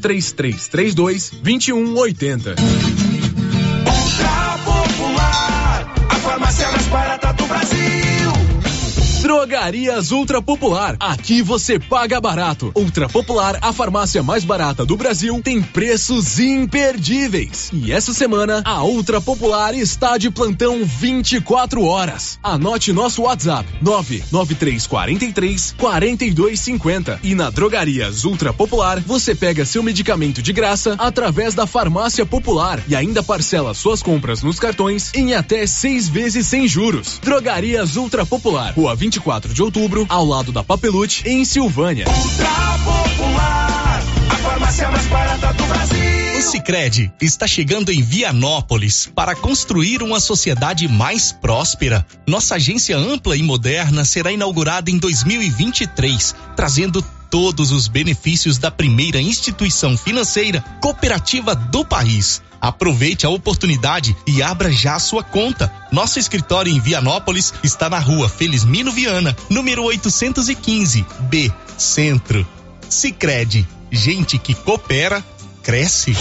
3332-2180. Ultra Popular, a farmácia mais barata do Brasil. Drogarias Ultra Popular. Aqui você paga barato. Ultra Popular, a farmácia mais barata do Brasil, tem preços imperdíveis. E essa semana, a Ultra Popular está de plantão 24 horas. Anote nosso WhatsApp: 99343-4250. E na Drogarias Ultra Popular, você pega seu medicamento de graça através da Farmácia Popular e ainda parcela suas compras nos cartões em até 6 vezes sem juros. Drogarias Ultra Popular, Rua 24 de Outubro, ao lado da Papelute, em Silvânia. Ultra Popular, a farmácia mais barata do Brasil. O Sicredi está chegando em Vianópolis para construir uma sociedade mais próspera. Nossa agência ampla e moderna será inaugurada em 2023, trazendo todos os benefícios da primeira instituição financeira cooperativa do país. Aproveite a oportunidade e abra já a sua conta. Nosso escritório em Vianópolis está na Rua Felizmino Viana, número 815, B, Centro. Sicredi, gente que coopera, cresce.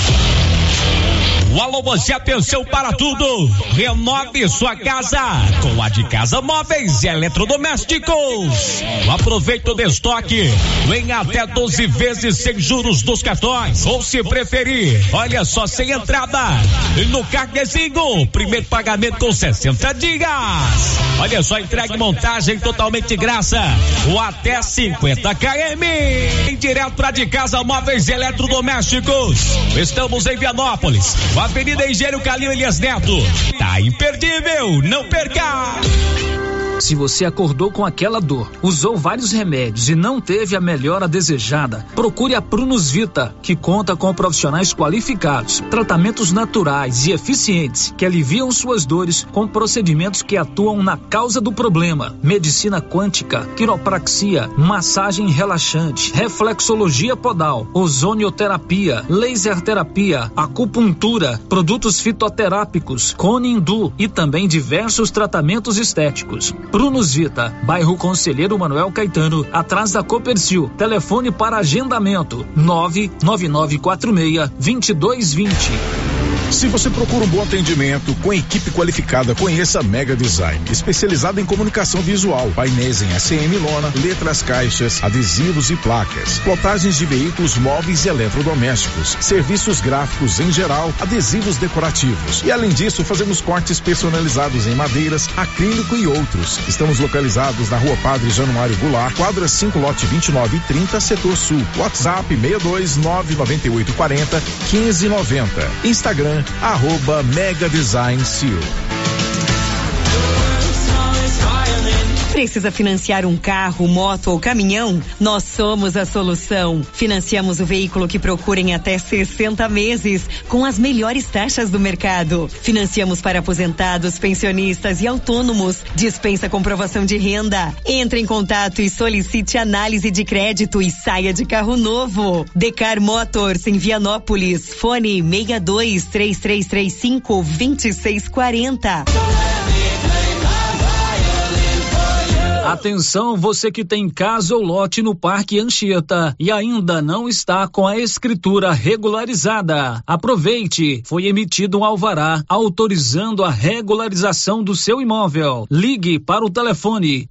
Alô, você, atenção para tudo. Renove sua casa com a de Casa Móveis e Eletrodomésticos. Aproveite o estoque em até 12 vezes sem juros dos cartões. Ou se preferir, olha só, sem entrada no carnezinho. Primeiro pagamento com 60 dias. Olha só, entrega e montagem totalmente de graça. Ou até 50 km. Direto para de Casa Móveis e Eletrodomésticos. Estamos em Vianópolis, Avenida Engenheiro Calil Elias Neto. Tá imperdível, não perca! Se você acordou com aquela dor, usou vários remédios e não teve a melhora desejada, procure a Prunus Vita, que conta com profissionais qualificados, tratamentos naturais e eficientes que aliviam suas dores com procedimentos que atuam na causa do problema: medicina quântica, quiropraxia, massagem relaxante, reflexologia podal, ozonioterapia, laser terapia, acupuntura, produtos fitoterápicos, cone hindu e também diversos tratamentos estéticos. Prunus Vita, bairro Conselheiro Manuel Caetano, atrás da Copercil. Telefone para agendamento: 99946-2220. Se você procura um bom atendimento com equipe qualificada, conheça a Mega Design, especializada em comunicação visual, painéis em ACM lona, letras caixas, adesivos e placas, plotagens de veículos móveis e eletrodomésticos, serviços gráficos em geral, adesivos decorativos. E além disso, fazemos cortes personalizados em madeiras, acrílico e outros. Estamos localizados na Rua Padre Januário Goulart, quadra 5, lote 29 e 30, setor sul. WhatsApp 62998401590. Instagram @Mega Design Seal. Precisa financiar um carro, moto ou caminhão? Nós somos a solução. Financiamos o veículo que procura em até 60 meses, com as melhores taxas do mercado. Financiamos para aposentados, pensionistas e autônomos. Dispensa comprovação de renda. Entre em contato e solicite análise de crédito e saia de carro novo. Decar Motors em Vianópolis. Fone 623335-2640. Atenção, você que tem casa ou lote no Parque Anchieta e ainda não está com a escritura regularizada. Aproveite, foi emitido um alvará autorizando a regularização do seu imóvel. Ligue para o telefone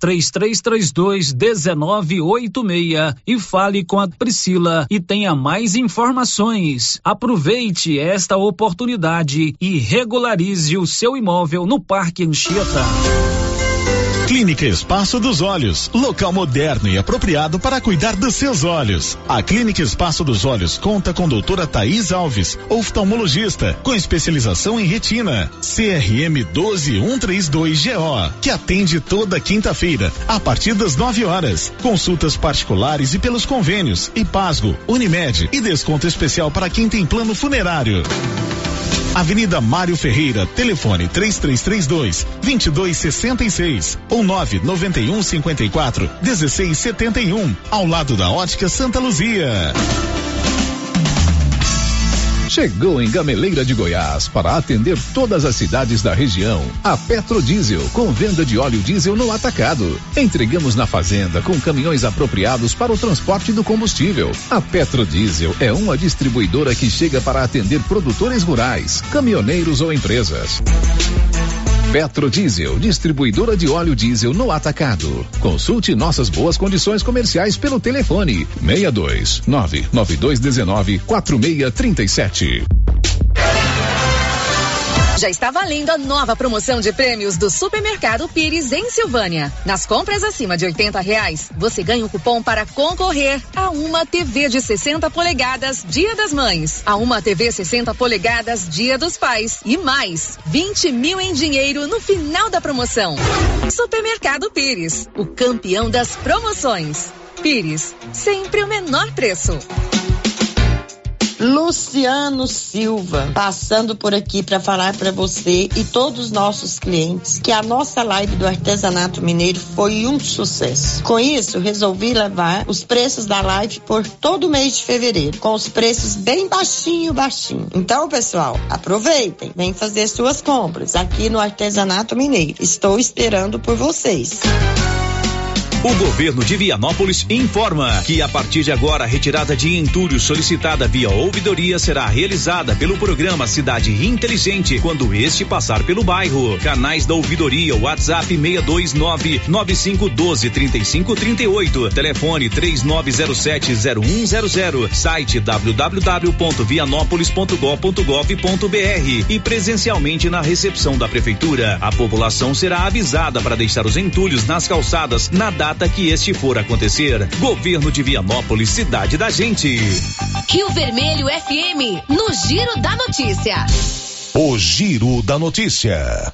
3332-1986 e fale com a Priscila e tenha mais informações. Aproveite esta oportunidade e regularize o seu imóvel no Parque Anchieta. Clínica Espaço dos Olhos, local moderno e apropriado para cuidar dos seus olhos. A Clínica Espaço dos Olhos conta com doutora Thaís Alves, oftalmologista, com especialização em retina, CRM 12132GO, que atende toda quinta-feira, a partir das 9 horas. Consultas particulares e pelos convênios, IPASGO, Unimed e desconto especial para quem tem plano funerário. Avenida Mário Ferreira, telefone 3332-2266 ou 99154-1671, ao lado da Ótica Santa Luzia. Chegou em Gameleira de Goiás para atender todas as cidades da região. A Petrodiesel, com venda de óleo diesel no atacado. Entregamos na fazenda com caminhões apropriados para o transporte do combustível. A Petrodiesel é uma distribuidora que chega para atender produtores rurais, caminhoneiros ou empresas. Petrodiesel, distribuidora de óleo diesel no atacado. Consulte nossas boas condições comerciais pelo telefone 62-99219-4637. Já está valendo a nova promoção de prêmios do Supermercado Pires em Silvânia. Nas compras acima de R$80, você ganha um cupom para concorrer a uma TV de 60 polegadas Dia das Mães, a uma TV 60 polegadas Dia dos Pais e mais 20 mil em dinheiro no final da promoção. Supermercado Pires, o campeão das promoções. Pires, sempre o menor preço. Luciano Silva, passando por aqui para falar para você e todos os nossos clientes que a nossa live do artesanato mineiro foi um sucesso. Com isso, resolvi levar os preços da live por todo o mês de fevereiro, com os preços bem baixinho. Então, pessoal, aproveitem, vem fazer suas compras aqui no artesanato mineiro. Estou esperando por vocês. O governo de Vianópolis informa que a partir de agora a retirada de entulho solicitada via ouvidoria será realizada pelo programa Cidade Inteligente quando este passar pelo bairro. Canais da ouvidoria, WhatsApp 62995123538, telefone 39070100, site www.vianopolis.gov.br e presencialmente na recepção da prefeitura. A população será avisada para deixar os entulhos nas calçadas na data que este for acontecer. Governo de Vianópolis, cidade da gente. Rio Vermelho FM, no Giro da Notícia. O Giro da Notícia.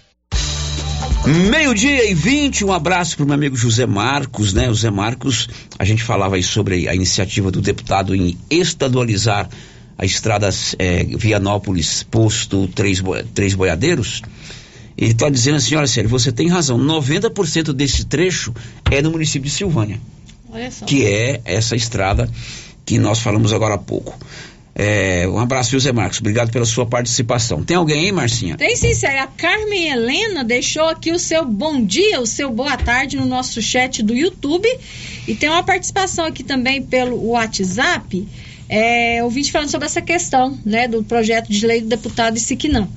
12:20, um abraço para o meu amigo José Marcos, né? O José Marcos, a gente falava aí sobre a iniciativa do deputado em estadualizar a estrada Vianópolis, posto Três Boiadeiros. Ele está dizendo assim, olha, Célio, você tem razão, 90% desse trecho é no município de Silvânia. Olha só. Que é essa estrada que nós falamos agora há pouco. Um abraço, José Marcos, obrigado pela sua participação. Tem alguém aí, Marcinha? Tem sim, Célio. A Carmen Helena deixou aqui o seu bom dia, o seu boa tarde no nosso chat do YouTube. E tem uma participação aqui também pelo WhatsApp. Ouvinte falando sobre essa questão, né, do projeto de lei do deputado Isiquinã.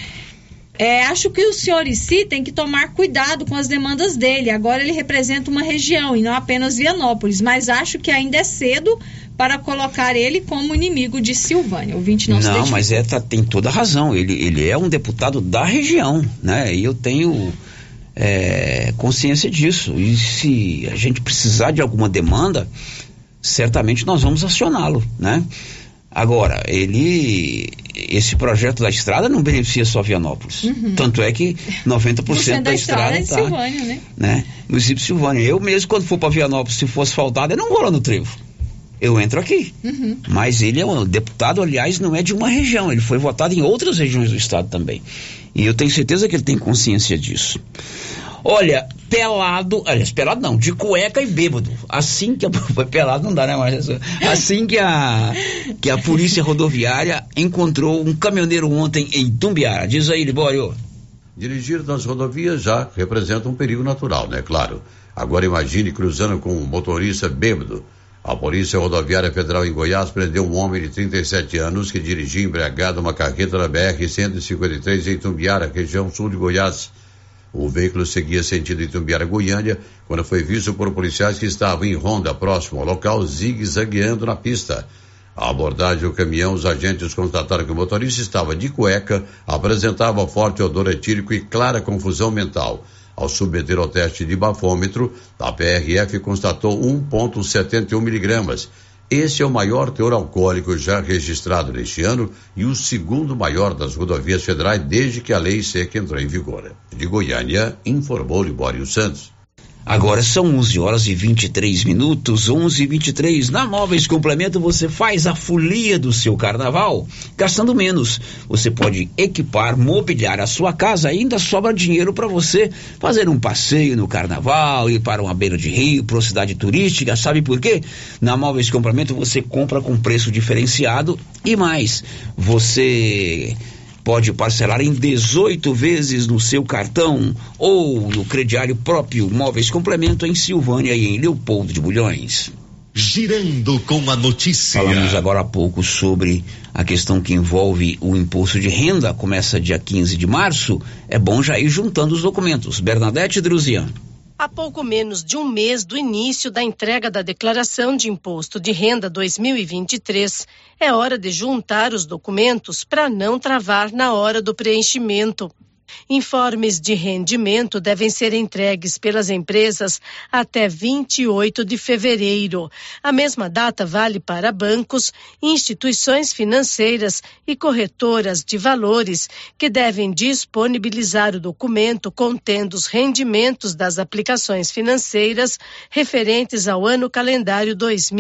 Acho que o senhor Issi tem que tomar cuidado com as demandas dele. Agora ele representa uma região e não apenas Vianópolis, mas acho que ainda é cedo para colocar ele como inimigo de Silvânia. O 20 não se identificou. Mas tem toda a razão. Ele é um deputado da região, né? E eu tenho consciência disso. E se a gente precisar de alguma demanda, certamente nós vamos acioná-lo, né? Agora, esse projeto da estrada não beneficia só Vianópolis. Tanto é que 90% da estrada é em Silvânia, né? Município de Silvânia. Eu mesmo, quando for para Vianópolis, se for asfaltado, eu não vou lá no trevo. Eu entro aqui. Mas ele é um deputado, aliás, não é de uma região. Ele foi votado em outras regiões do estado também. E eu tenho certeza que ele tem consciência disso. Olha, pelado não, de cueca e bêbado. Assim que pelado não dá, né, Marcelo? Assim que a polícia rodoviária encontrou um caminhoneiro ontem em Tumbiara. Diz aí, Libório. Dirigir nas rodovias já representa um perigo natural, né? Claro. Agora imagine cruzando com um motorista bêbado. A Polícia Rodoviária Federal em Goiás prendeu um homem de 37 anos que dirigia embriagado uma carreta da BR-153 em Tumbiara, região sul de Goiás. O veículo seguia sentido Itumbiara, Goiânia, quando foi visto por policiais que estavam em ronda próximo ao local, zigue-zagueando na pista. À abordagem do caminhão, os agentes constataram que o motorista estava de cueca, apresentava forte odor etílico e clara confusão mental. Ao submeter ao teste de bafômetro, a PRF constatou 1,71 miligramas. Esse é o maior teor alcoólico já registrado neste ano e o segundo maior das rodovias federais desde que a lei seca entrou em vigor. De Goiânia, informou Libório Santos. Agora são 11h23, 11h23. Na Móveis Complemento você faz a folia do seu carnaval gastando menos. Você pode equipar, mobiliar a sua casa, ainda sobra dinheiro para você fazer um passeio no carnaval, ir para uma beira de rio, para uma cidade turística. Sabe por quê? Na Móveis Complemento você compra com preço diferenciado e mais. Você pode parcelar em 18 vezes no seu cartão ou no crediário próprio. Móveis Complemento em Silvânia e em Leopoldo de Bulhões. Girando com a notícia. Falamos agora há pouco sobre a questão que envolve o imposto de renda. Começa dia 15 de março. É bom já ir juntando os documentos. Bernadette Druzian. Há pouco menos de um mês do início da entrega da declaração de imposto de renda 2023, é hora de juntar os documentos para não travar na hora do preenchimento. Informes de rendimento devem ser entregues pelas empresas até 28 de fevereiro. A mesma data vale para bancos, instituições financeiras e corretoras de valores, que devem disponibilizar o documento contendo os rendimentos das aplicações financeiras referentes ao ano calendário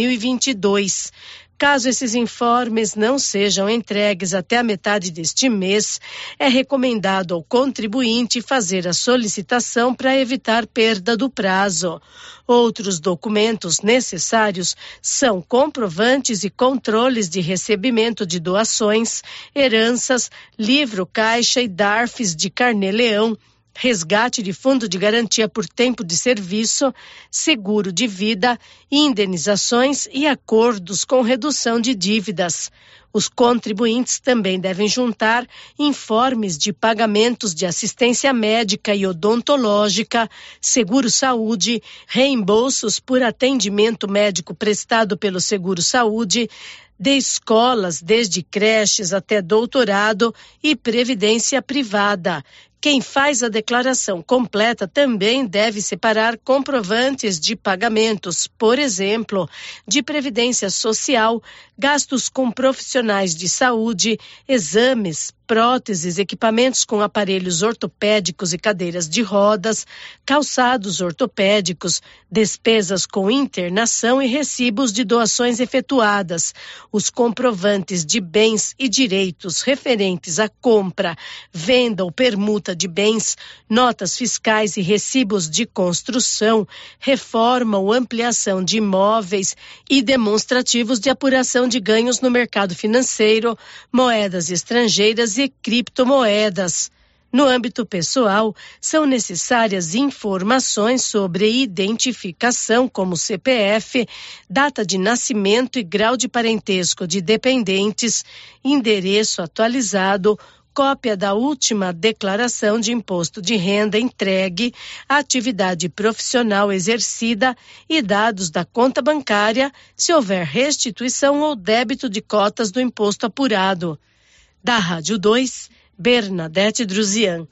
2022. Caso esses informes não sejam entregues até a metade deste mês, é recomendado ao contribuinte fazer a solicitação para evitar perda do prazo. Outros documentos necessários são comprovantes e controles de recebimento de doações, heranças, livro caixa e DARFs de Carnê-Leão, resgate de fundo de garantia por tempo de serviço, seguro de vida, indenizações e acordos com redução de dívidas. Os contribuintes também devem juntar informes de pagamentos de assistência médica e odontológica, seguro-saúde, reembolsos por atendimento médico prestado pelo seguro-saúde, de escolas, desde creches até doutorado e previdência privada. Quem faz a declaração completa também deve separar comprovantes de pagamentos, por exemplo, de previdência social, gastos com profissionais de saúde, exames, próteses, equipamentos com aparelhos ortopédicos e cadeiras de rodas, calçados ortopédicos, despesas com internação e recibos de doações efetuadas, os comprovantes de bens e direitos referentes à compra, venda ou permuta de bens, notas fiscais e recibos de construção, reforma ou ampliação de imóveis e demonstrativos de apuração de ganhos no mercado financeiro, moedas estrangeiras e criptomoedas. No âmbito pessoal, são necessárias informações sobre identificação, como CPF, data de nascimento e grau de parentesco de dependentes, endereço atualizado, cópia da última declaração de imposto de renda entregue, atividade profissional exercida e dados da conta bancária, se houver restituição ou débito de cotas do imposto apurado. Da Rádio 2, Bernadette Druzian.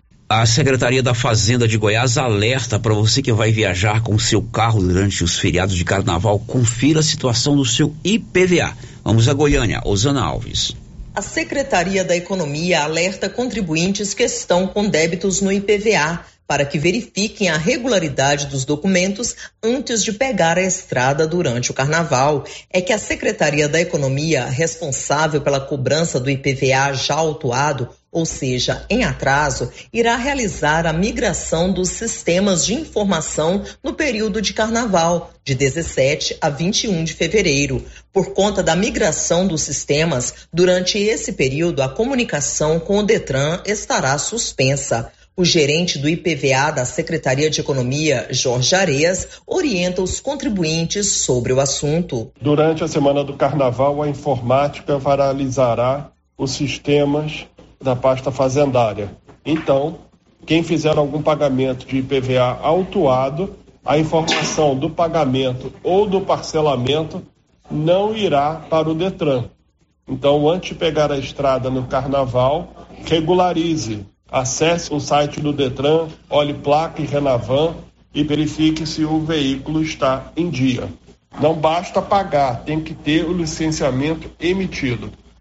A Secretaria da Fazenda de Goiás alerta para você que vai viajar com seu carro durante os feriados de carnaval, confira a situação do seu IPVA. Vamos a Goiânia, Osana Alves. A Secretaria da Economia alerta contribuintes que estão com débitos no IPVA para que verifiquem a regularidade dos documentos antes de pegar a estrada durante o carnaval. É que a Secretaria da Economia, responsável pela cobrança do IPVA já autuado, ou seja, em atraso, irá realizar a migração dos sistemas de informação no período de carnaval, de 17 a 21 de fevereiro. Por conta da migração dos sistemas, durante esse período, a comunicação com o Detran estará suspensa. O gerente do IPVA da Secretaria de Economia, Jorge Areias, orienta os contribuintes sobre o assunto. Durante a semana do carnaval, a informática paralisará os sistemas da pasta fazendária. Então, quem fizer algum pagamento de IPVA autuado, a informação do pagamento ou do parcelamento não irá para o Detran. Então, antes de pegar a estrada no carnaval, regularize. Acesse o site do Detran, olhe placa e Renavan e verifique se o veículo está em dia. Não basta pagar, tem que ter o licenciamento emitido.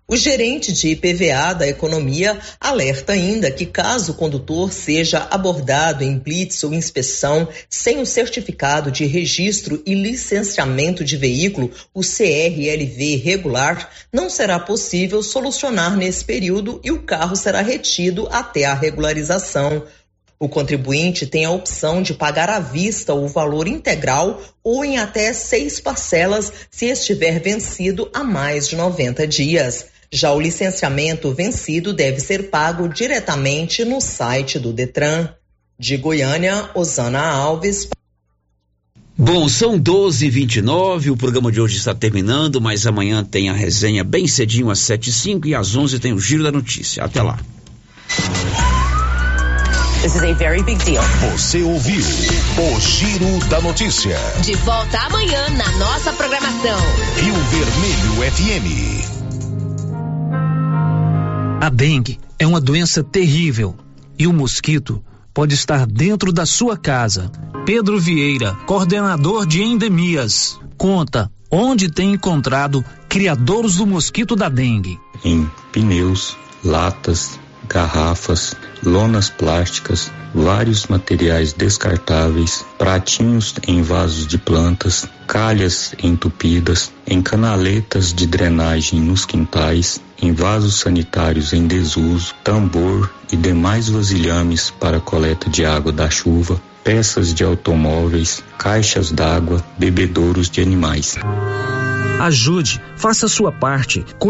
O gerente de IPVA da Economia alerta ainda que caso o condutor seja abordado em blitz ou inspeção sem o certificado de registro e licenciamento de veículo, o CRLV regular, não será possível solucionar nesse período e o carro será retido até a regularização. O contribuinte tem a opção de pagar à vista o valor integral ou em até 6 parcelas se estiver vencido há mais de 90 dias. Já o licenciamento vencido deve ser pago diretamente no site do Detran. De Goiânia, Osana Alves. Bom, são 12h29, o programa de hoje está terminando, mas amanhã tem a resenha bem cedinho às 7h05 e às 11h tem o Giro da Notícia. Até lá. This is a very big deal. Você ouviu o Giro da Notícia. De volta amanhã na nossa programação. Rio Vermelho FM. A dengue é uma doença terrível e o mosquito pode estar dentro da sua casa. Pedro Vieira, coordenador de endemias, conta onde tem encontrado criadouros do mosquito da dengue. Em pneus, latas, garrafas, lonas plásticas, vários materiais descartáveis, pratinhos em vasos de plantas, calhas entupidas, em canaletas de drenagem nos quintais, em vasos sanitários em desuso, tambor e demais vasilhames para coleta de água da chuva, peças de automóveis, caixas d'água, bebedouros de animais. Ajude, faça a sua parte.